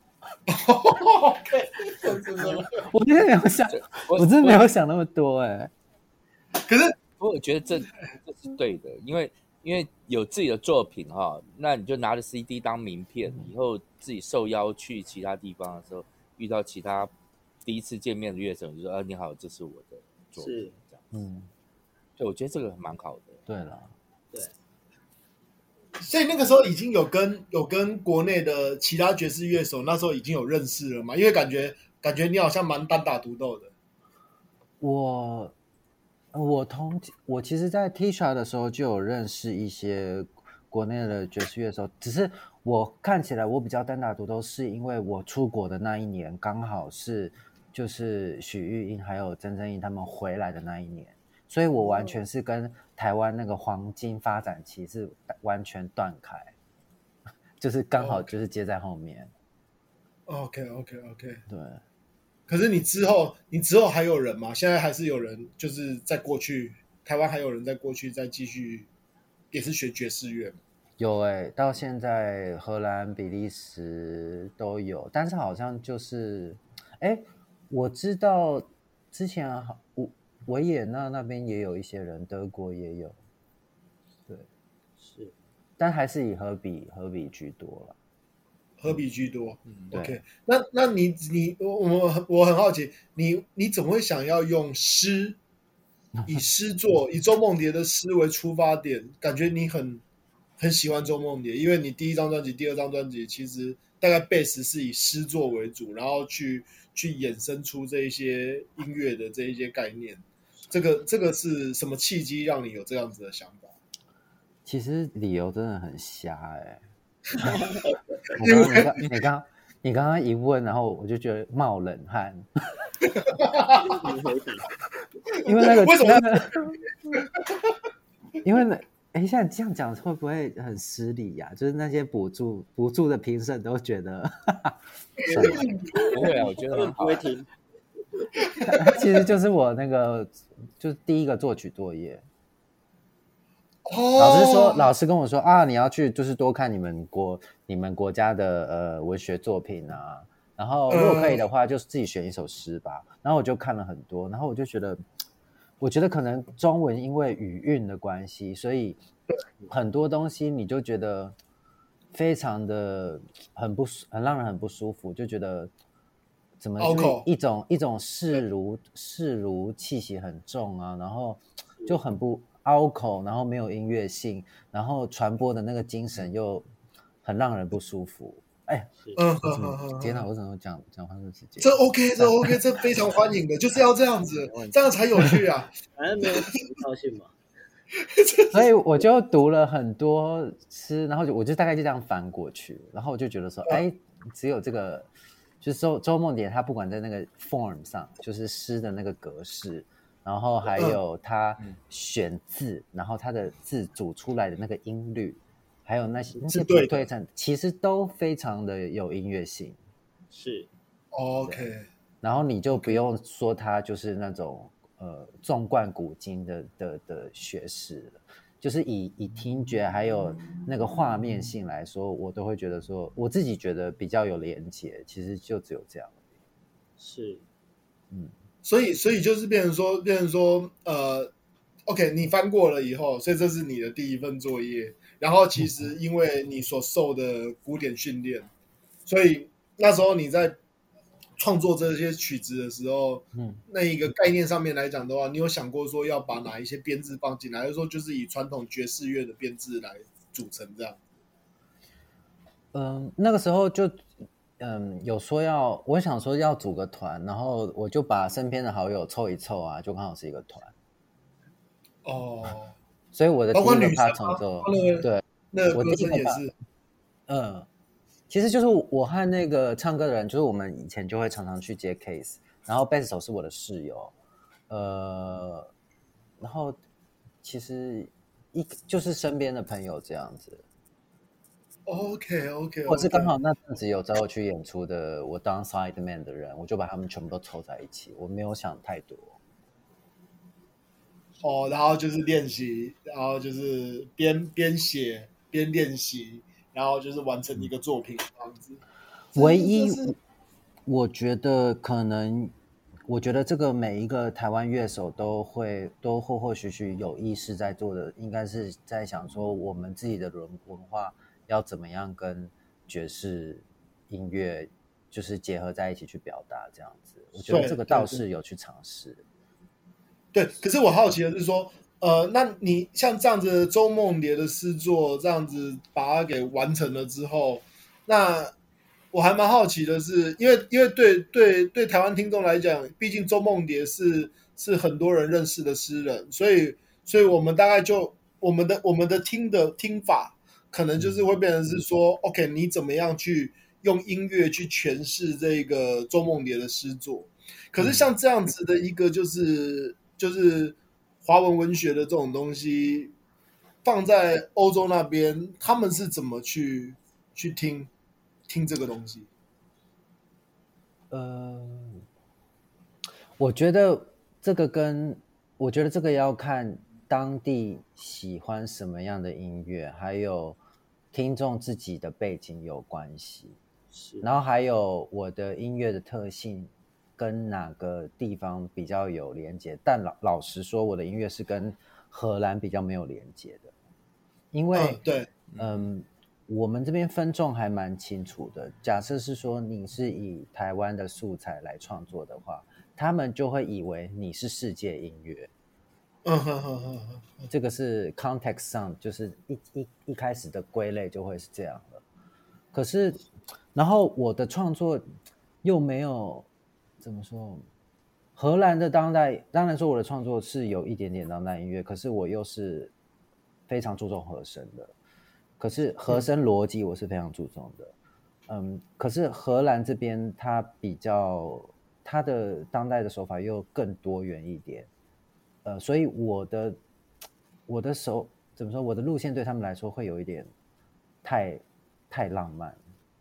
[SPEAKER 6] 我真的没有想，我真的没有想那么多哎、欸。
[SPEAKER 3] 可是，
[SPEAKER 2] 不过我觉得这这是对的，因为因为有自己的作品哈，那你就拿着 C D 当名片，以后自己受邀去其他地方的时候，遇到其他第一次见面的乐手，就说：“啊，你好，这是我的作品。”这样，
[SPEAKER 6] 嗯，
[SPEAKER 2] 所以我觉得这个蛮好的。
[SPEAKER 6] 对了，
[SPEAKER 4] 对，
[SPEAKER 3] 所以那个时候已经有跟有跟国内的其他爵士乐手那时候已经有认识了嘛？因为感觉感觉你好像蛮单打独斗的。
[SPEAKER 6] 我我同我其实，在 Tisha 的时候就有认识一些国内的爵士乐手，只是我看起来我比较单打独斗，是因为我出国的那一年刚好是就是许玉英还有曾正英他们回来的那一年，所以我完全是跟台湾那个黄金发展期是完全断开，就是刚好就是接在后面。
[SPEAKER 3] OK OK OK，
[SPEAKER 6] 对。
[SPEAKER 3] 可是你之后，你之后还有人吗？现在还是有人，就是在过去台湾还有人在过去再继续，也是学爵士乐吗？
[SPEAKER 6] 有哎、欸，到现在荷兰、比利时都有，但是好像就是，哎、欸，我知道之前维维也纳那边也有一些人，德国也有，对，
[SPEAKER 4] 是，
[SPEAKER 6] 但还是以荷比荷比居多了。
[SPEAKER 3] 荷比居多。
[SPEAKER 2] 嗯，
[SPEAKER 6] 对
[SPEAKER 3] OK，那那你你我我我很好奇，你你怎么会想要用诗，以诗作，以周梦蝶的诗为出发点？感觉你很很喜欢周梦蝶，因为你第一张专辑、第二张专辑其实大概 base 是以诗作为主，然后去去衍生出这一些音乐的这一些概念。这个这个是什么契机让你有这样子的想法？
[SPEAKER 6] 其实理由真的很瞎哎、欸。我刚刚你刚你刚你刚刚一问，然后我就觉得冒冷汗，因为那个
[SPEAKER 3] 为什么
[SPEAKER 6] 那个因为那哎，现在这样讲会不会很失礼呀、啊？就是那些补助补助的评审都觉得，算了
[SPEAKER 2] 不会啊，我觉得很好
[SPEAKER 4] 不会。听。
[SPEAKER 6] 其实就是我那个就是第一个作曲作业。
[SPEAKER 3] 哦，
[SPEAKER 6] 老师说，老师跟我说啊，你要去就是多看你们国你们国家的呃文学作品啊，然后如果可以的话，就是自己选一首诗吧。然后我就看了很多，然后我就觉得，我觉得可能中文因为语韵的关系，所以很多东西你就觉得非常的很不很让人很不舒服，就觉得怎么就是一种一种视如视如气息很重啊，然后就很不。拗口，然后没有音乐性，然后传播的那个精神又很让人不舒服。哎，
[SPEAKER 3] 嗯，
[SPEAKER 6] 天哪，我怎么讲讲话这么直接？
[SPEAKER 3] 这 OK， 这 OK， 这非常欢迎的，就是要这样子，这样才有趣啊！
[SPEAKER 4] 反正没有高兴嘛。
[SPEAKER 6] 所以我就读了很多诗，然后就我就大概就这样翻过去，然后我就觉得说，哎，只有这个，就是周周梦蝶，他不管在那个 form 上，就是诗的那个格式。然后还有他选字，嗯、然后他的字组出来的那个音律，还有那些那些不对称，其实都非常的有音乐性。
[SPEAKER 4] 是
[SPEAKER 3] ，OK。
[SPEAKER 6] 然后你就不用说他就是那种呃纵贯古今的的的学识了，就是以以听觉还有那个画面性来说，我都会觉得说，我自己觉得比较有连结，其实就只有这样。
[SPEAKER 4] 是，
[SPEAKER 6] 嗯。
[SPEAKER 3] 所以，所以就是变成说，变成说，呃 ，OK， 你翻过了以后，所以这是你的第一份作业。然后，其实因为你所受的古典训练，所以那时候你在创作这些曲子的时候，嗯，那一个概念上面来讲的话，你有想过说要把哪一些编制放进来，还是说就是以传统爵士乐的编制来组成这样？
[SPEAKER 6] 嗯，那个时候就。嗯，有说要，我想说要组个团，然后我就把身边的好友凑一凑啊，就刚好是一个团。
[SPEAKER 3] 哦，
[SPEAKER 6] 所以我的第一个 part 重奏，对，
[SPEAKER 3] 那个
[SPEAKER 6] 我第一个
[SPEAKER 3] 也是，
[SPEAKER 6] 嗯，其实就是我和那个唱歌的人，就是我们以前就会常常去接 case， 然后贝斯手是我的室友，呃，然后其实一就是身边的朋友这样子。
[SPEAKER 3] OK OK，
[SPEAKER 6] 我是刚好那阵子有找我去演出的，我当 side man 的人，我就把他们全部都凑在一起，我没有想太多。
[SPEAKER 3] 哦，然后就是练习，然后就是边边写边练习，然后就是完成一个作品这样子。
[SPEAKER 6] 唯一我觉得可能，我觉得这个每一个台湾乐手都会都或或许许有意识在做的，应该是在想说我们自己的文文化。要怎么样跟爵士音乐就是结合在一起去表达这样子？我觉得这个倒是有去尝试。
[SPEAKER 3] 对，可是我好奇的是说，呃，那你像这样子周梦蝶的诗作，这样子把它给完成了之后，那我还蛮好奇的是，因为因为对对对台湾听众来讲，毕竟周梦蝶是是很多人认识的诗人，所以所以我们大概就我们的我们的听的听法。可能就是会变成是说、嗯、，OK， 你怎么样去用音乐去诠释这个周梦蝶的诗作？可是像这样子的一个就是、嗯、就是华文文学的这种东西，放在欧洲那边，他们是怎么去去听听这个东西？
[SPEAKER 6] 呃，我觉得这个跟我觉得这个要看当地喜欢什么样的音乐，还有。听众自己的背景有关系，然后还有我的音乐的特性跟哪个地方比较有连结，但老老实说，我的音乐是跟荷兰比较没有连结的，因为、
[SPEAKER 3] 嗯、对，
[SPEAKER 6] 嗯， 我们这边分众还蛮清楚的。假设是说你是以台湾的素材来创作的话，他们就会以为你是世界音乐。
[SPEAKER 3] 嗯哼哼哼哼，
[SPEAKER 6] 这个是 context 上，就是一一一开始的归类就会是这样了。可是，然后我的创作又没有怎么说，荷兰的当代，当然说我的创作是有一点点当代音乐，可是我又是非常注重和声的。可是和声逻辑我是非常注重的，嗯，可是荷兰这边它比较，它的当代的手法又更多元一点。呃，所以我的我的手怎么说？我的路线对他们来说会有一点太太浪漫，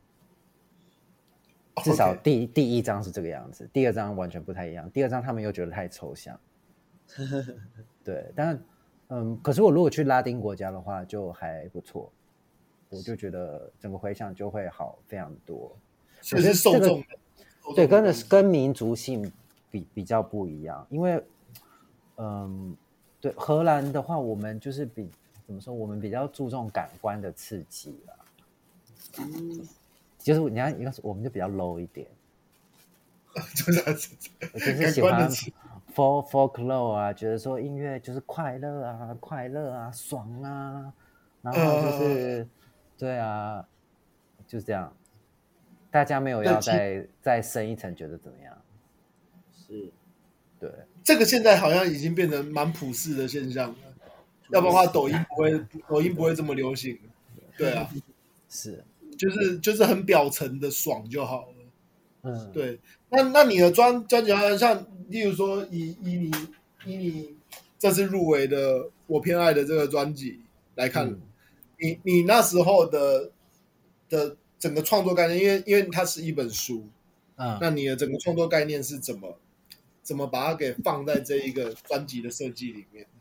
[SPEAKER 6] 至少第第一章是这个样子，第二章完全不太一样。第二章他们又觉得太抽象，对，但嗯，可是我如果去拉丁国家的话，就还不错，我就觉得整个回响就会好非常多。
[SPEAKER 3] 所以是受众的，
[SPEAKER 6] 对，跟的跟民族性比比较不一样，因为。嗯，对，荷兰的话，我们就是比怎么说，我们比较注重感官的刺激啦。嗯，就是你看，一个我们就比较 low 一点，就是喜欢 folk folklore 啊，觉得说音乐就是快乐啊，快乐啊，爽啊，然后就是、呃、对啊，就是这样。大家没有要再再深一层，觉得怎么样？
[SPEAKER 4] 是。
[SPEAKER 6] 对，
[SPEAKER 3] 这个现在好像已经变成蛮普世的现象了，要不然的话，抖音不会，抖音不会这么流行。对啊，
[SPEAKER 6] 是，
[SPEAKER 3] 就是就是很表层的爽就好了。
[SPEAKER 6] 嗯，
[SPEAKER 3] 对。那那你的专专辑好像像，例如说以以你以你这次入围的我偏爱的这个专辑来看，嗯、你你那时候的的整个创作概念，因为因为它是一本书，嗯，那你的整个创作概念是怎么？怎么把它给放在这一个专辑的设计里面？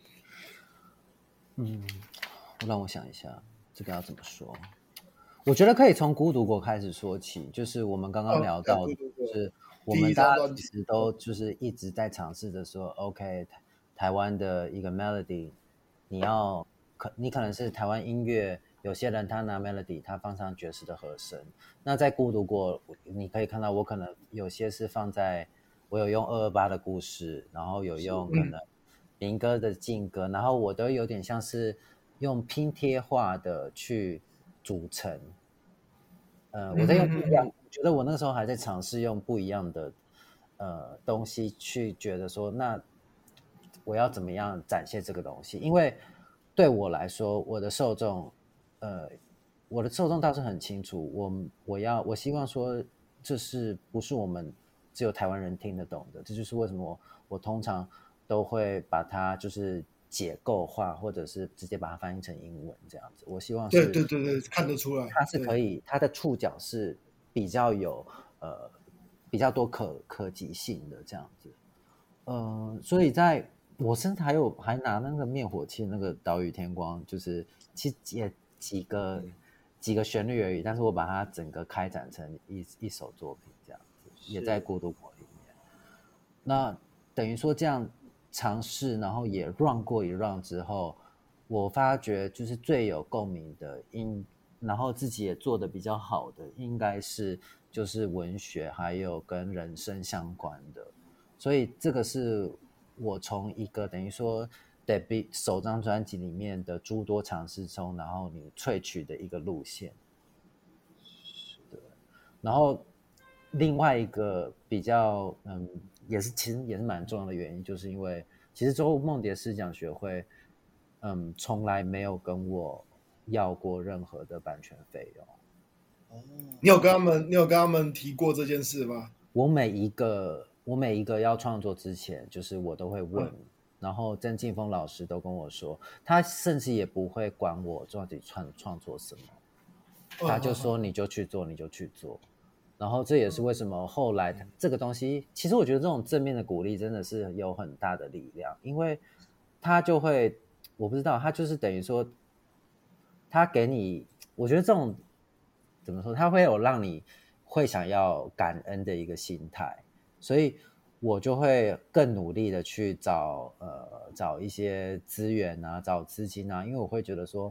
[SPEAKER 6] 嗯，让我想一下，这个要怎么说？我觉得可以从孤独国开始说起，就是我们刚刚聊到的，就是我们大家其实都就是一直在尝试着说 ，OK， 台湾的一个 melody， 你要可你可能是台湾音乐，有些人他拿 melody， 他放上爵士的和声。那在孤独国，你可以看到我可能有些是放在。我有用二二八的故事，然后有用可能民歌的劲歌，然后我都有点像是用拼贴化的去组成。呃，我在用不一样，我觉得我那个时候还在尝试用不一样的呃东西去觉得说，那我要怎么样展现这个东西？因为对我来说，我的受众，呃，我的受众倒是很清楚，我我要我希望说，这是不是我们。只有台湾人听得懂的，这就是为什么 我, 我通常都会把它就是解构化，或者是直接把它翻译成英文这样子。我希望是
[SPEAKER 3] 对对对对，看得出来，
[SPEAKER 6] 它是可以，它的触角是比较有呃比较多可可及性的这样子。呃，所以在我甚至还有还拿那个灭火器那个岛屿天光，就是其实也几个、嗯、几个旋律而已，但是我把它整个开展成一一首作品这样。也在孤独国里面，那等于说这样尝试，然后也 run 过一 run 之后，我发觉就是最有共鸣的音，然后自己也做的比较好的，应该是就是文学还有跟人生相关的，所以这个是我从一个等于说 debut 首张专辑里面的诸多尝试中，然后你萃取的一个路线，对，然后。另外一个比较，嗯，也是其实也是蛮重要的原因，就是因为其实周梦蝶诗奖学会，嗯，从来没有跟我要过任何的版权费用。
[SPEAKER 3] 哦，你有跟他们，你有跟他们提过这件事吗？
[SPEAKER 6] 我每一个，我每一个要创作之前，就是我都会问，嗯、然后曾劲峰老师都跟我说，他甚至也不会管我到底创创作什么，他就说你就去做，你就去做。然后这也是为什么后来这个东西，其实我觉得这种正面的鼓励真的是有很大的力量，因为他就会，我不知道，他就是等于说，他给你，我觉得这种怎么说，他会有让你会想要感恩的一个心态，所以我就会更努力的去找呃找一些资源啊，找资金啊，因为我会觉得说，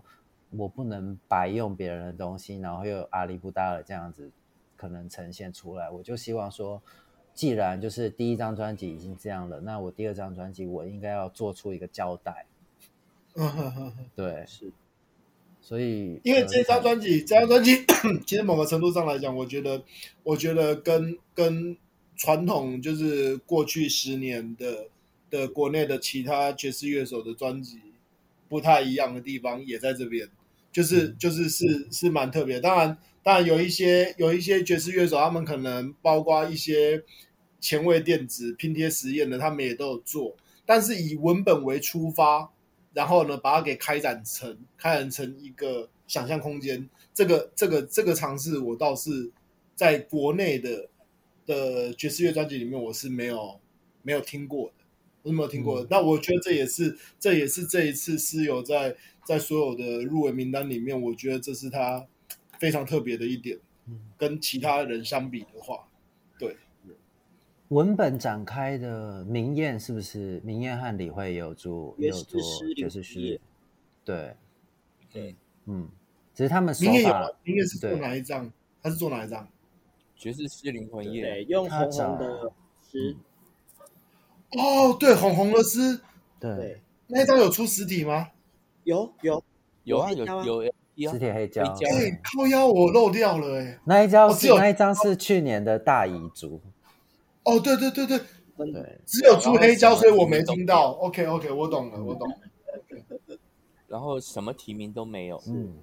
[SPEAKER 6] 我不能白用别人的东西，然后又阿里不达的这样子可能呈现出来。我就希望说，既然就是第一张专辑已经这样了，那我第二张专辑我应该要做出一个交代。对，
[SPEAKER 4] 是，
[SPEAKER 6] 所以
[SPEAKER 3] 因为这张专辑，这张专辑其实某个程度上来讲，我觉得，我觉得跟跟传统就是过去十年的的国内的其他爵士乐手的专辑不太一样的地方，也在这边，就是就是是是蛮特别。当然，当然有一些有一些爵士乐手，他们可能包括一些前卫电子拼贴实验的，他们也都有做，但是以文本为出发。然后呢，把它给开展成开展成一个想象空间。这个这个这个尝试，我倒是在国内的的爵士乐专辑里面，我是没有没有听过的，我是没有听过的。嗯、那我觉得这也是这也是这一次思友在在所有的入围名单里面，我觉得这是他非常特别的一点，跟其他人相比的话，对。
[SPEAKER 6] 文本展开的明艳是不是？明艳和李慧也有做，也有做爵士诗，对，
[SPEAKER 4] 对，
[SPEAKER 6] 嗯，只是他们手
[SPEAKER 3] 法。明艳有，明艳是做哪一张？他是做哪一张？
[SPEAKER 2] 爵士诗灵魂夜，
[SPEAKER 4] 对，用红红的诗。
[SPEAKER 3] 哦，对，红红的诗，
[SPEAKER 6] 对，
[SPEAKER 3] 那一张有出实体吗？
[SPEAKER 4] 有有
[SPEAKER 2] 有啊，有有
[SPEAKER 6] 实体黑胶。
[SPEAKER 3] 哎，靠腰我漏掉了哎，
[SPEAKER 6] 那一张是那一张是去年的大遗族。
[SPEAKER 3] 哦，对对对对
[SPEAKER 6] 对，
[SPEAKER 3] 只有出黑胶，所以我没听到。OK OK， 我懂了，我懂了。
[SPEAKER 2] 然后什么提名都没有。
[SPEAKER 6] 嗯。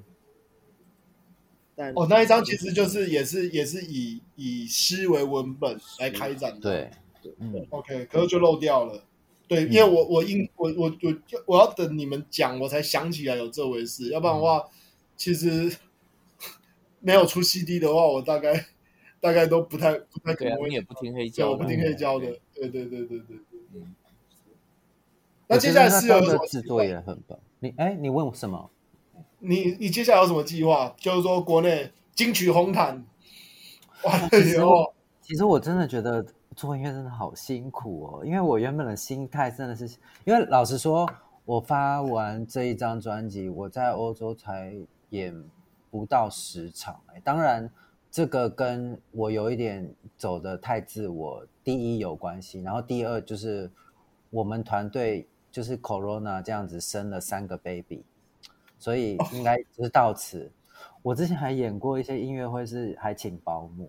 [SPEAKER 3] 哦，那一张其实就是也是也是以以诗为文本来开展的。
[SPEAKER 6] 对，
[SPEAKER 3] 嗯 ，OK， 可是就漏掉了。对，因为我我应我我我我要等你们讲，我才想起来有这回事。要不然的话，其实没有出 C D 的话，我大概。大概都不太不太可能会，
[SPEAKER 2] 你也不听黑胶，
[SPEAKER 3] 我不听黑胶的，对对对对对对。嗯。那接下来是有什么
[SPEAKER 6] 制作也很棒。你哎，你问我什么？
[SPEAKER 3] 你你接下来有什么计划？就是说国内金曲红毯。哇，
[SPEAKER 6] 其实我其实我真的觉得做音乐真的好辛苦哦，因为我原本的心态真的是，因为老实说，我发完这一张专辑，我在欧洲才演不到十场，哎，当然。这个跟我有一点走的太自我，第一有关系，然后第二就是我们团队就是 Corona 这样子生了三个 baby， 所以应该就是到此。我之前还演过一些音乐会，是还请保姆，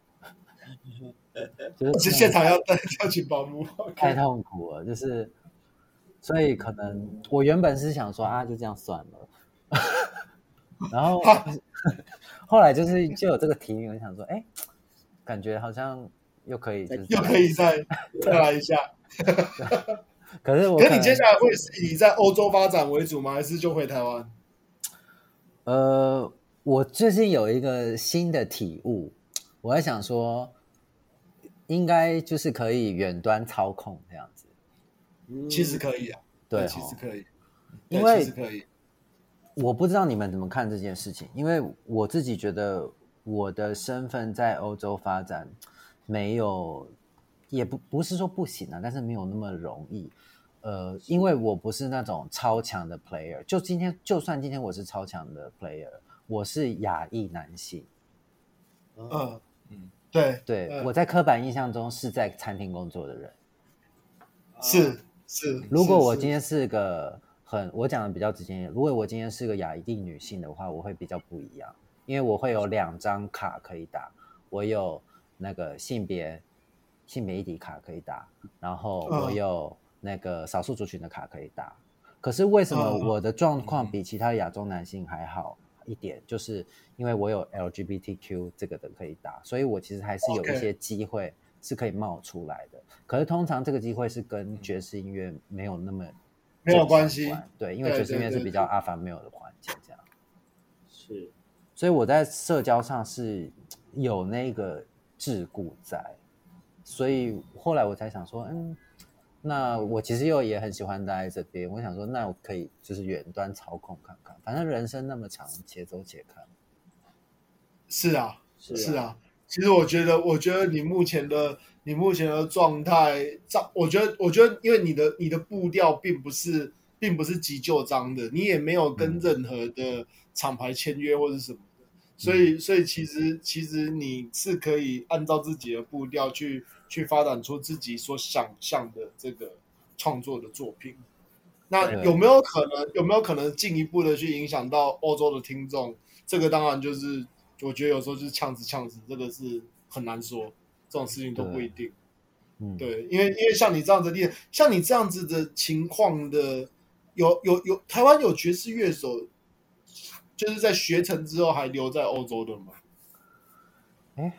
[SPEAKER 3] 就是现场要要请保姆，
[SPEAKER 6] 太痛苦了，就是所以可能我原本是想说啊，就这样算了，然后。后来就是就有这个提名，我想说，哎，感觉好像又可以，就是
[SPEAKER 3] 又可以再再来一下。
[SPEAKER 6] 可是我，
[SPEAKER 3] 可是你接下来会是以在欧洲发展为主吗？还是就回台湾？
[SPEAKER 6] 呃，我最近有一个新的体悟，我在想说，应该就是可以远端操控这样子。
[SPEAKER 3] 其实可以啊，
[SPEAKER 6] 对，
[SPEAKER 3] 其实可以，
[SPEAKER 6] 因为
[SPEAKER 3] 其实可以。
[SPEAKER 6] 我不知道你们怎么看这件事情，因为我自己觉得我的身份在欧洲发展没有，也不不是说不行啊，但是没有那么容易。呃，因为我不是那种超强的 player， 就今天就算今天我是超强的 player， 我是亚裔男性。
[SPEAKER 3] 嗯嗯，对
[SPEAKER 6] 对、
[SPEAKER 3] 嗯，
[SPEAKER 6] 我在刻板印象中是在餐厅工作的人。
[SPEAKER 3] 是是，
[SPEAKER 6] 如果我今天是个。很，我讲的比较直接。如果我今天是个亚裔女性的话，我会比较不一样，因为我会有两张卡可以打，我有那个性别性别议题卡可以打，然后我有那个少数族群的卡可以打。可是为什么我的状况比其他亚洲男性还好一点？就是因为我有 L G B T Q 这个的可以打，所以我其实还是有一些机会是可以冒出来的。可是通常这个机会是跟爵士音乐没有那么。
[SPEAKER 3] 没有关系，
[SPEAKER 6] 对，因为爵士音乐是比较阿凡没有的环境，这样
[SPEAKER 4] 是，
[SPEAKER 6] 所以我在社交上是有那个桎梏在，所以后来我才想说，嗯，那我其实又也很喜欢待在这边，我想说，那我可以就是远端操控看看，反正人生那么长，且走且看。
[SPEAKER 3] 是啊，是 啊, 是啊，其实我觉得，我觉得你目前的。你目前的状态，我觉得，我觉得，因为你的你的步调并不是并不是急就章的，你也没有跟任何的厂牌签约或是什么的，所以所以其实其实你是可以按照自己的步调去去发展出自己所想象的这个创作的作品。那有没有可能有没有可能进一步的去影响到欧洲的听众？这个当然就是我觉得有时候就是呛子呛子，这个是很难说，这种事情都不一定。
[SPEAKER 6] 嗯，
[SPEAKER 3] 对，因为因为像你这样子的，像你这样子的情况的，有有有台湾有爵士乐手，就是在学成之后还留在欧洲的吗？
[SPEAKER 6] 哎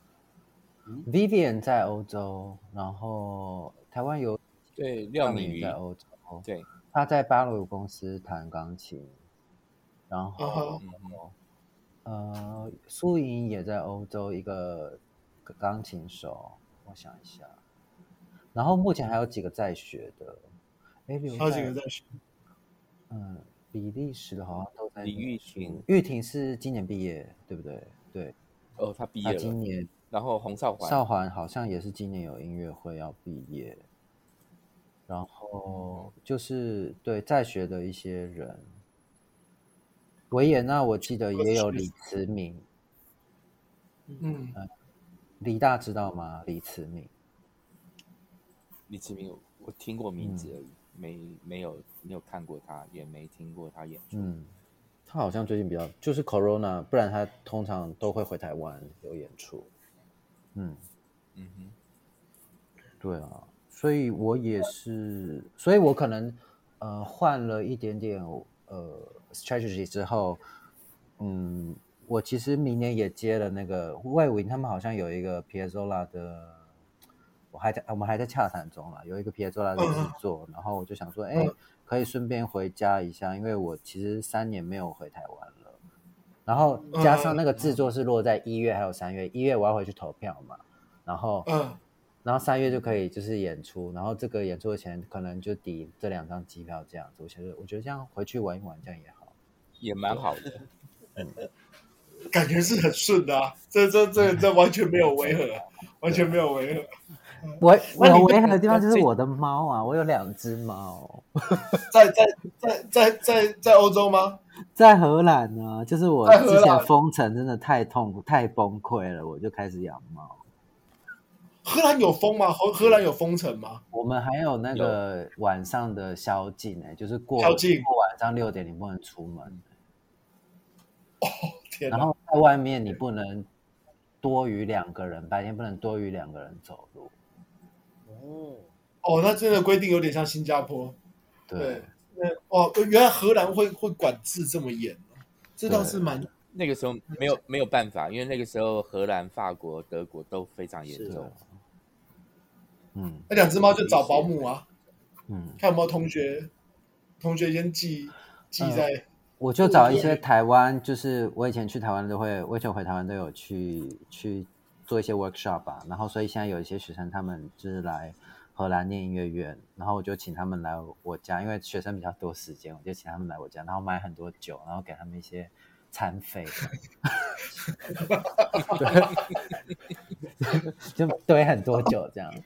[SPEAKER 6] ，Vivian 在欧洲，然后台湾有
[SPEAKER 2] 对廖敏瑜
[SPEAKER 6] 在欧洲，
[SPEAKER 2] 对，
[SPEAKER 6] 他在芭蕾舞公司弹钢琴，然后、
[SPEAKER 3] uh-huh.
[SPEAKER 6] 呃，苏莹也在欧洲，一个钢琴手，我想一下，然后目前还有几个在学的，哎，
[SPEAKER 3] 还有几个在学，
[SPEAKER 6] 嗯，比利时的好像都在。
[SPEAKER 2] 李玉婷，
[SPEAKER 6] 玉婷是今年毕业，对不对？对，
[SPEAKER 2] 哦，他毕业了，
[SPEAKER 6] 今年，
[SPEAKER 2] 然后洪少环，
[SPEAKER 6] 少环好像也是今年有音乐会要毕业，然后就是对在学的一些人。维也纳我记得也有李慈铭，
[SPEAKER 3] 嗯，
[SPEAKER 6] 呃、李大知道吗？李慈铭，
[SPEAKER 2] 李慈铭我听过名字而已，嗯、没没有没有看过他，也没听过他演出。
[SPEAKER 6] 嗯，他好像最近比较就是 Corona， 不然他通常都会回台湾有演出。嗯
[SPEAKER 2] 嗯哼，
[SPEAKER 6] 对啊，所以我也是，所以我可能呃换了一点点呃。strategy 之后，嗯，我其实明年也接了那个魏武营，他们好像有一个 Piazzolla 的，我还在我们还在洽谈中啦，有一个 Piazzolla 的制作，然后我就想说，哎，可以顺便回家一下，因为我其实三年没有回台湾了，然后加上那个制作是落在一月还有三月，一月我要回去投票嘛，然后嗯。然后三月就可以就是演出，然后这个演出的钱可能就抵这两张机票这样子。我觉得我觉得这样回去玩一玩这样也好，
[SPEAKER 2] 也蛮好的。
[SPEAKER 3] 嗯，感觉是很顺的啊，这这这这完全没有违和，完全没有违和。
[SPEAKER 6] 我有违和的地方就是我的猫啊，我有两只猫。
[SPEAKER 3] 在在在在在在欧洲吗？
[SPEAKER 6] 在荷兰呢，就是我之前封城真的太痛苦太崩溃了，我就开始养猫。
[SPEAKER 3] 荷兰有封吗？荷荷兰有封城吗？
[SPEAKER 6] 我们还有那个晚上的宵禁、欸、就是过
[SPEAKER 3] 宵禁
[SPEAKER 6] 过晚上六点你不能出门。
[SPEAKER 3] 哦天哪！
[SPEAKER 6] 然后在外面你不能多于两个人，白天不能多于两个人走路。
[SPEAKER 3] 哦哦，那这个规定有点像新加坡。
[SPEAKER 6] 对，
[SPEAKER 3] 对哦，原来荷兰会会管制这么严，这倒是蛮。
[SPEAKER 2] 那个时候没有没有办法，因为那个时候荷兰、法国、德国都非常严重。
[SPEAKER 6] 嗯，
[SPEAKER 3] 那两只猫就找保姆啊，
[SPEAKER 6] 嗯，
[SPEAKER 3] 看有没有同学，同学先寄寄在、嗯。
[SPEAKER 6] 我就找一些台湾，就是我以前去台湾都会，我以前回台湾都有去去做一些 workshop 吧，然后所以现在有一些学生他们就是来荷兰念音乐院，然后我就请他们来我家，因为学生比较多时间，我就请他们来我家，然后买很多酒，然后给他们一些餐费。就堆很多酒这样。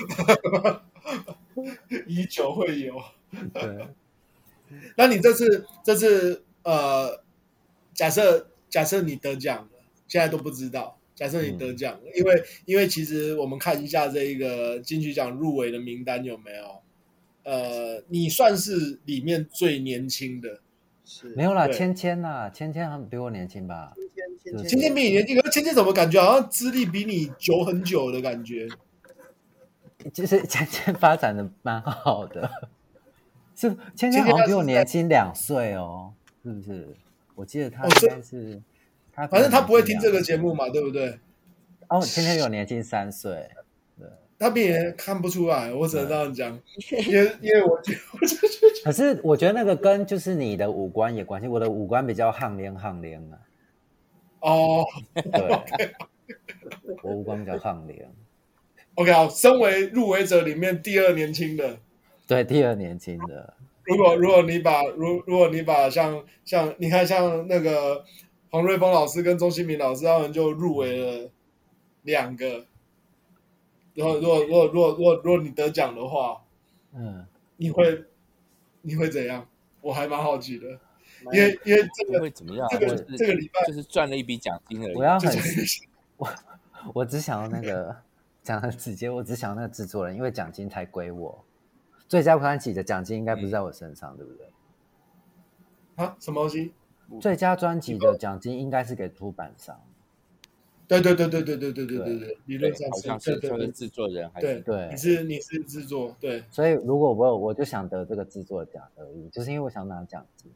[SPEAKER 3] 以酒会友。
[SPEAKER 6] 对。
[SPEAKER 3] 那你这次这次呃，假设假设你得奖了，现在都不知道。假设你得奖了，嗯、因为因为其实我们看一下这个金曲奖入围的名单有没有？呃，你算是里面最年轻的。
[SPEAKER 6] 是没有啦，芊芊啦，芊芊比我年轻吧？
[SPEAKER 3] 芊芊比你年轻，可是芊芊怎么感觉好像资历比你久很久的感觉？
[SPEAKER 6] 就是芊芊发展的蛮好的，是芊芊好像比我年轻两岁哦，是不是？我记得他应该是，
[SPEAKER 3] 哦、他反正他不会听这个节目嘛，对不对？
[SPEAKER 6] 哦，芊芊比我年轻三岁。
[SPEAKER 3] 他比人看不出来，我只能这样讲，因为因为我觉得，
[SPEAKER 6] 可是我觉得那个跟就是你的五官也关系，我的五官比较憨脸憨脸啊。
[SPEAKER 3] 哦，
[SPEAKER 6] 对， okay. 我五官比较憨脸。
[SPEAKER 3] OK， 好，身为入围者里面第二年轻的，
[SPEAKER 6] 对，第二年轻的。
[SPEAKER 3] 如果如果你把如如果你把像像你看像那个黄瑞峰老师跟钟新民老师他们就入围了两个。如果如果如果如果如果如果你得奖的话，
[SPEAKER 6] 嗯，
[SPEAKER 3] 你会你会怎样？我还蛮好奇的，因为因为这
[SPEAKER 2] 不
[SPEAKER 3] 个
[SPEAKER 2] 会怎么样啊，
[SPEAKER 3] 这个
[SPEAKER 2] 就是
[SPEAKER 3] 这个礼拜
[SPEAKER 2] 就是赚了一笔奖金而已。
[SPEAKER 6] 我要很
[SPEAKER 3] 就是
[SPEAKER 6] 我我只想要那个讲的直接，我只想要那个制作人，因为奖金才归我。最佳专辑的奖金应该不是在我身上，嗯、对不对？
[SPEAKER 3] 啊，什么东西？
[SPEAKER 6] 最佳专辑的奖金应该是给出版商。
[SPEAKER 3] 对对对对对对对对对对，理论上
[SPEAKER 2] 好像
[SPEAKER 3] 是，
[SPEAKER 2] 是说是
[SPEAKER 3] 对对对
[SPEAKER 2] 制作人还
[SPEAKER 3] 对
[SPEAKER 2] 是
[SPEAKER 6] 对，
[SPEAKER 3] 你是你是制作，对，
[SPEAKER 6] 所以如果我有，我就想得这个制作奖而已，就是因为我想拿奖金。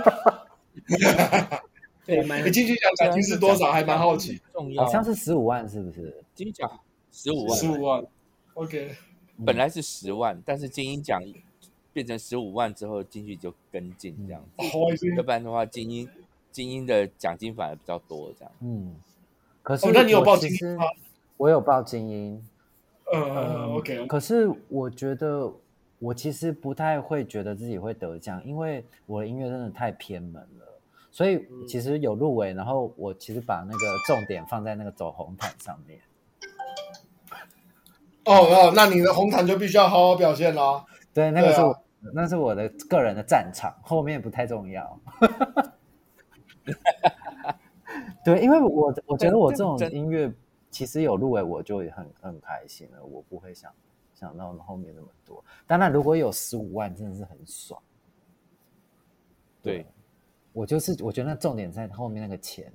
[SPEAKER 4] 对，蛮
[SPEAKER 3] 你进去讲奖金是多少？还蛮好奇。
[SPEAKER 2] 重要，
[SPEAKER 6] 好像是十五万，是不是？
[SPEAKER 2] 金鹰奖十五万，
[SPEAKER 3] 十五万 ，OK，
[SPEAKER 2] 本来是十万，但是金鹰奖变成十五万之后，进去就跟进这样子。
[SPEAKER 3] 哦，已经
[SPEAKER 2] 要不然的话，精英精英的奖金反而比较多，这样。
[SPEAKER 6] 嗯，可是
[SPEAKER 3] 哦，那你有报
[SPEAKER 6] 我其实
[SPEAKER 3] 精英吗？
[SPEAKER 6] 我有报精英，
[SPEAKER 3] 嗯嗯，OK，
[SPEAKER 6] 可是我觉得我其实不太会觉得自己会得奖，因为我的音乐真的太偏门了，所以其实有入围，然后我其实把那个重点放在那个走红毯上面。
[SPEAKER 3] 哦哦，那你的红毯就必须要好好表现啦。
[SPEAKER 6] 对，那个是我、
[SPEAKER 3] 啊、
[SPEAKER 6] 那是我的个人的战场，后面不太重要。对，因为我我觉得我这种音乐其实有入围，我就很很开心了，我不会想想到后面那么多。当然，如果有十五万，真的是很爽。
[SPEAKER 2] 对，对
[SPEAKER 6] 我就是我觉得那重点在后面那个钱。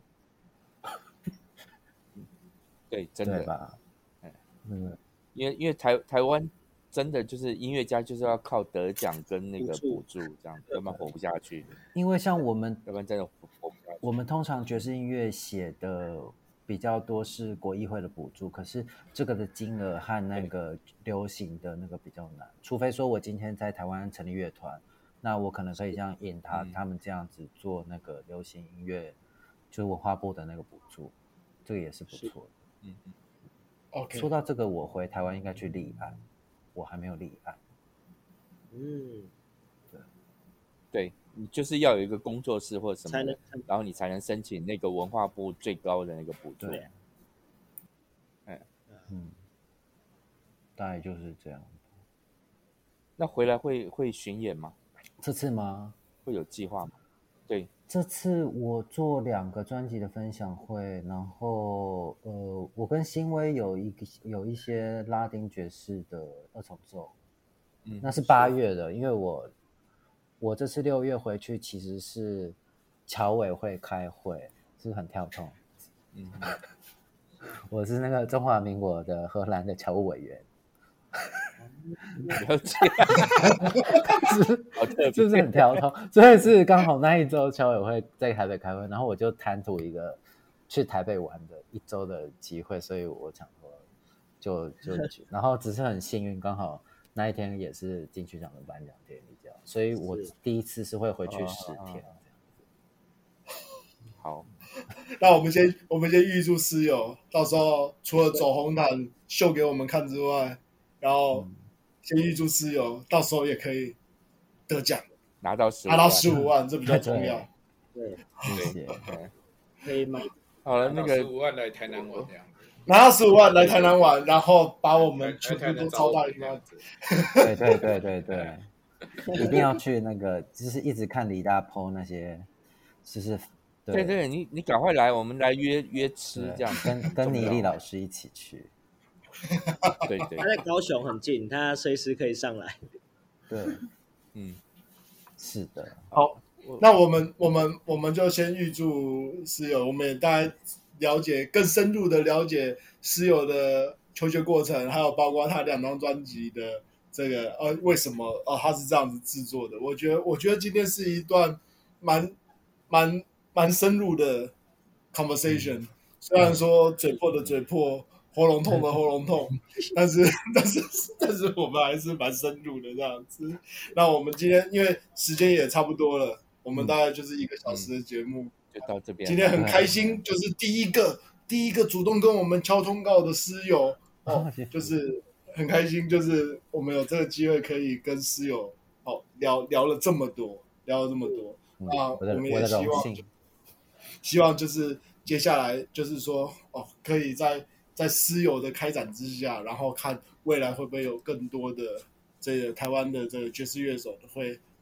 [SPEAKER 2] 对，真的
[SPEAKER 6] 对吧？
[SPEAKER 2] 嗯，因为因为台台湾真的就是音乐家就是要靠得奖跟那个补助这样，要不然活不下去。
[SPEAKER 6] 因为像我们，
[SPEAKER 2] 要不然真的活不下去。
[SPEAKER 6] 我们通常爵士音乐写的比较多是国议会的补助，可是这个的金额和那个流行的那个比较难，除非说我今天在台湾成立乐团，那我可能可以像引他、嗯、他们这样子做那个流行音乐，就是文化部的那个补助，这个也是不错的。
[SPEAKER 2] 嗯嗯。
[SPEAKER 3] OK，
[SPEAKER 6] 说到这个，我回台湾应该去立案，我还没有立案。
[SPEAKER 4] 嗯，
[SPEAKER 6] 对，
[SPEAKER 2] 对，你就是要有一个工作室或什么
[SPEAKER 4] 的，
[SPEAKER 2] 然后你才能申请那个文化部最高的那个补助。
[SPEAKER 6] 对，嗯嗯，大概就是这样。
[SPEAKER 2] 那回来会会巡演吗？
[SPEAKER 6] 这次吗？
[SPEAKER 2] 会有计划吗？对。
[SPEAKER 6] 这次我做两个专辑的分享会，然后呃，我跟新威有一个有一些拉丁爵士的二重奏，嗯，那是八月的，因为我我这次六月回去其实是侨委会开会，是不是很跳痛？嗯，我是那个中华民国的荷兰的侨务委员。
[SPEAKER 2] 了解，
[SPEAKER 6] 是是不是很跳脱？所以是刚好那一周侨委会在台北开会，然后我就贪图一个去台北玩的一周的机会，所以我想说就就去，然后只是很幸运，刚好那一天也是金曲奖的颁奖典礼，这样，所以我第一次是会回去十天这样子。
[SPEAKER 2] 好，
[SPEAKER 3] 那我们先我们先预祝师友到时候除了走红毯秀给我们看之外，然后。嗯先预祝师友到时候也可以得奖，
[SPEAKER 2] 拿到十
[SPEAKER 3] 拿到十五万，这比较重要。
[SPEAKER 4] 对，
[SPEAKER 6] 谢谢。
[SPEAKER 4] 可以买。
[SPEAKER 2] 好了，那个
[SPEAKER 1] 十五万来台南玩这样子，
[SPEAKER 3] 拿到十五万来台南玩，然后把我们全部都招待这样子。
[SPEAKER 6] 对对对对对，一定要去那个，就是一直看李大 po 那些，就是
[SPEAKER 2] 对 对, 对，你你赶快来，我们来约约吃这样，
[SPEAKER 6] 跟跟倪丽老师一起去。
[SPEAKER 2] 对对，
[SPEAKER 4] 他在高雄很近，他随时可以上来。
[SPEAKER 6] 对，
[SPEAKER 2] 嗯，
[SPEAKER 6] 是的。
[SPEAKER 3] 好，那我们我们我们就先预祝师友，我们也大家了解更深入的了解师友的求学过程，还有包括他两张专辑的这个呃为什么哦他是这样子制作的。我觉得我觉得今天是一段蛮蛮蛮深入的 conversation，、嗯、虽然说嘴破的嘴破。喉咙痛的喉咙痛，但是但是但是我们还是蛮深入的这样子。那我们今天因为时间也差不多了，我们大概就是一个小时的节目，
[SPEAKER 2] 嗯、就到这边。
[SPEAKER 3] 今天很开心，就是第一个第一个主动跟我们敲通告的师友哦，就是很开心，就是我们有这个机会可以跟师友哦聊聊了这么多，聊了这么多。
[SPEAKER 6] 嗯、
[SPEAKER 3] 那我们也希望希望就是接下来就是说哦，可以在。在师友的开展之下，然后看未来会不会有更多的这个台湾的这个爵士乐手会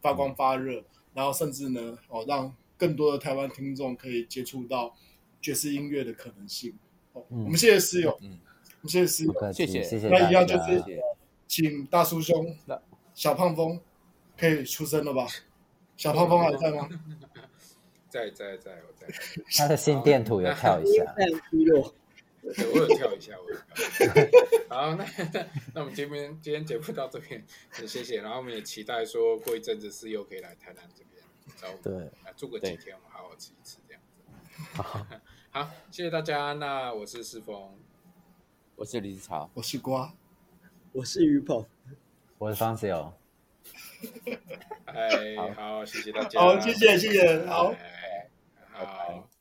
[SPEAKER 3] 发光发热，然后甚至呢，哦，让更多的台湾听众可以接触到爵士音乐的可能性。哦，
[SPEAKER 6] 嗯
[SPEAKER 3] 我们谢谢室友，
[SPEAKER 2] 嗯，
[SPEAKER 3] 我们谢谢室友。
[SPEAKER 6] 不客气，
[SPEAKER 2] 谢谢
[SPEAKER 6] 谢谢
[SPEAKER 3] 那一样
[SPEAKER 6] 大家。
[SPEAKER 3] 就是请大叔兄
[SPEAKER 2] 那、
[SPEAKER 3] 小胖峰可以出声了吧？小胖峰还在吗？
[SPEAKER 1] 在在在，我在。
[SPEAKER 6] 他的心电图有跳一下。
[SPEAKER 4] 非常虚弱。
[SPEAKER 1] 对，我有跳一下，我有跳一下。好，那那那我们今天今天节目到这边，很谢谢。然后我们也期待说过一阵子室友可以来台南这边找我们，
[SPEAKER 6] 对，
[SPEAKER 1] 啊，住个几天，我们好好吃一吃这样子。好，好，谢谢大家。那我是世峰，
[SPEAKER 2] 我是李子潮，
[SPEAKER 3] 我是瓜，
[SPEAKER 4] 我是于鹏，
[SPEAKER 6] 我是方子友。
[SPEAKER 1] 哎，好，谢谢大家。
[SPEAKER 3] 好，谢谢谢谢，好。
[SPEAKER 1] 哎好。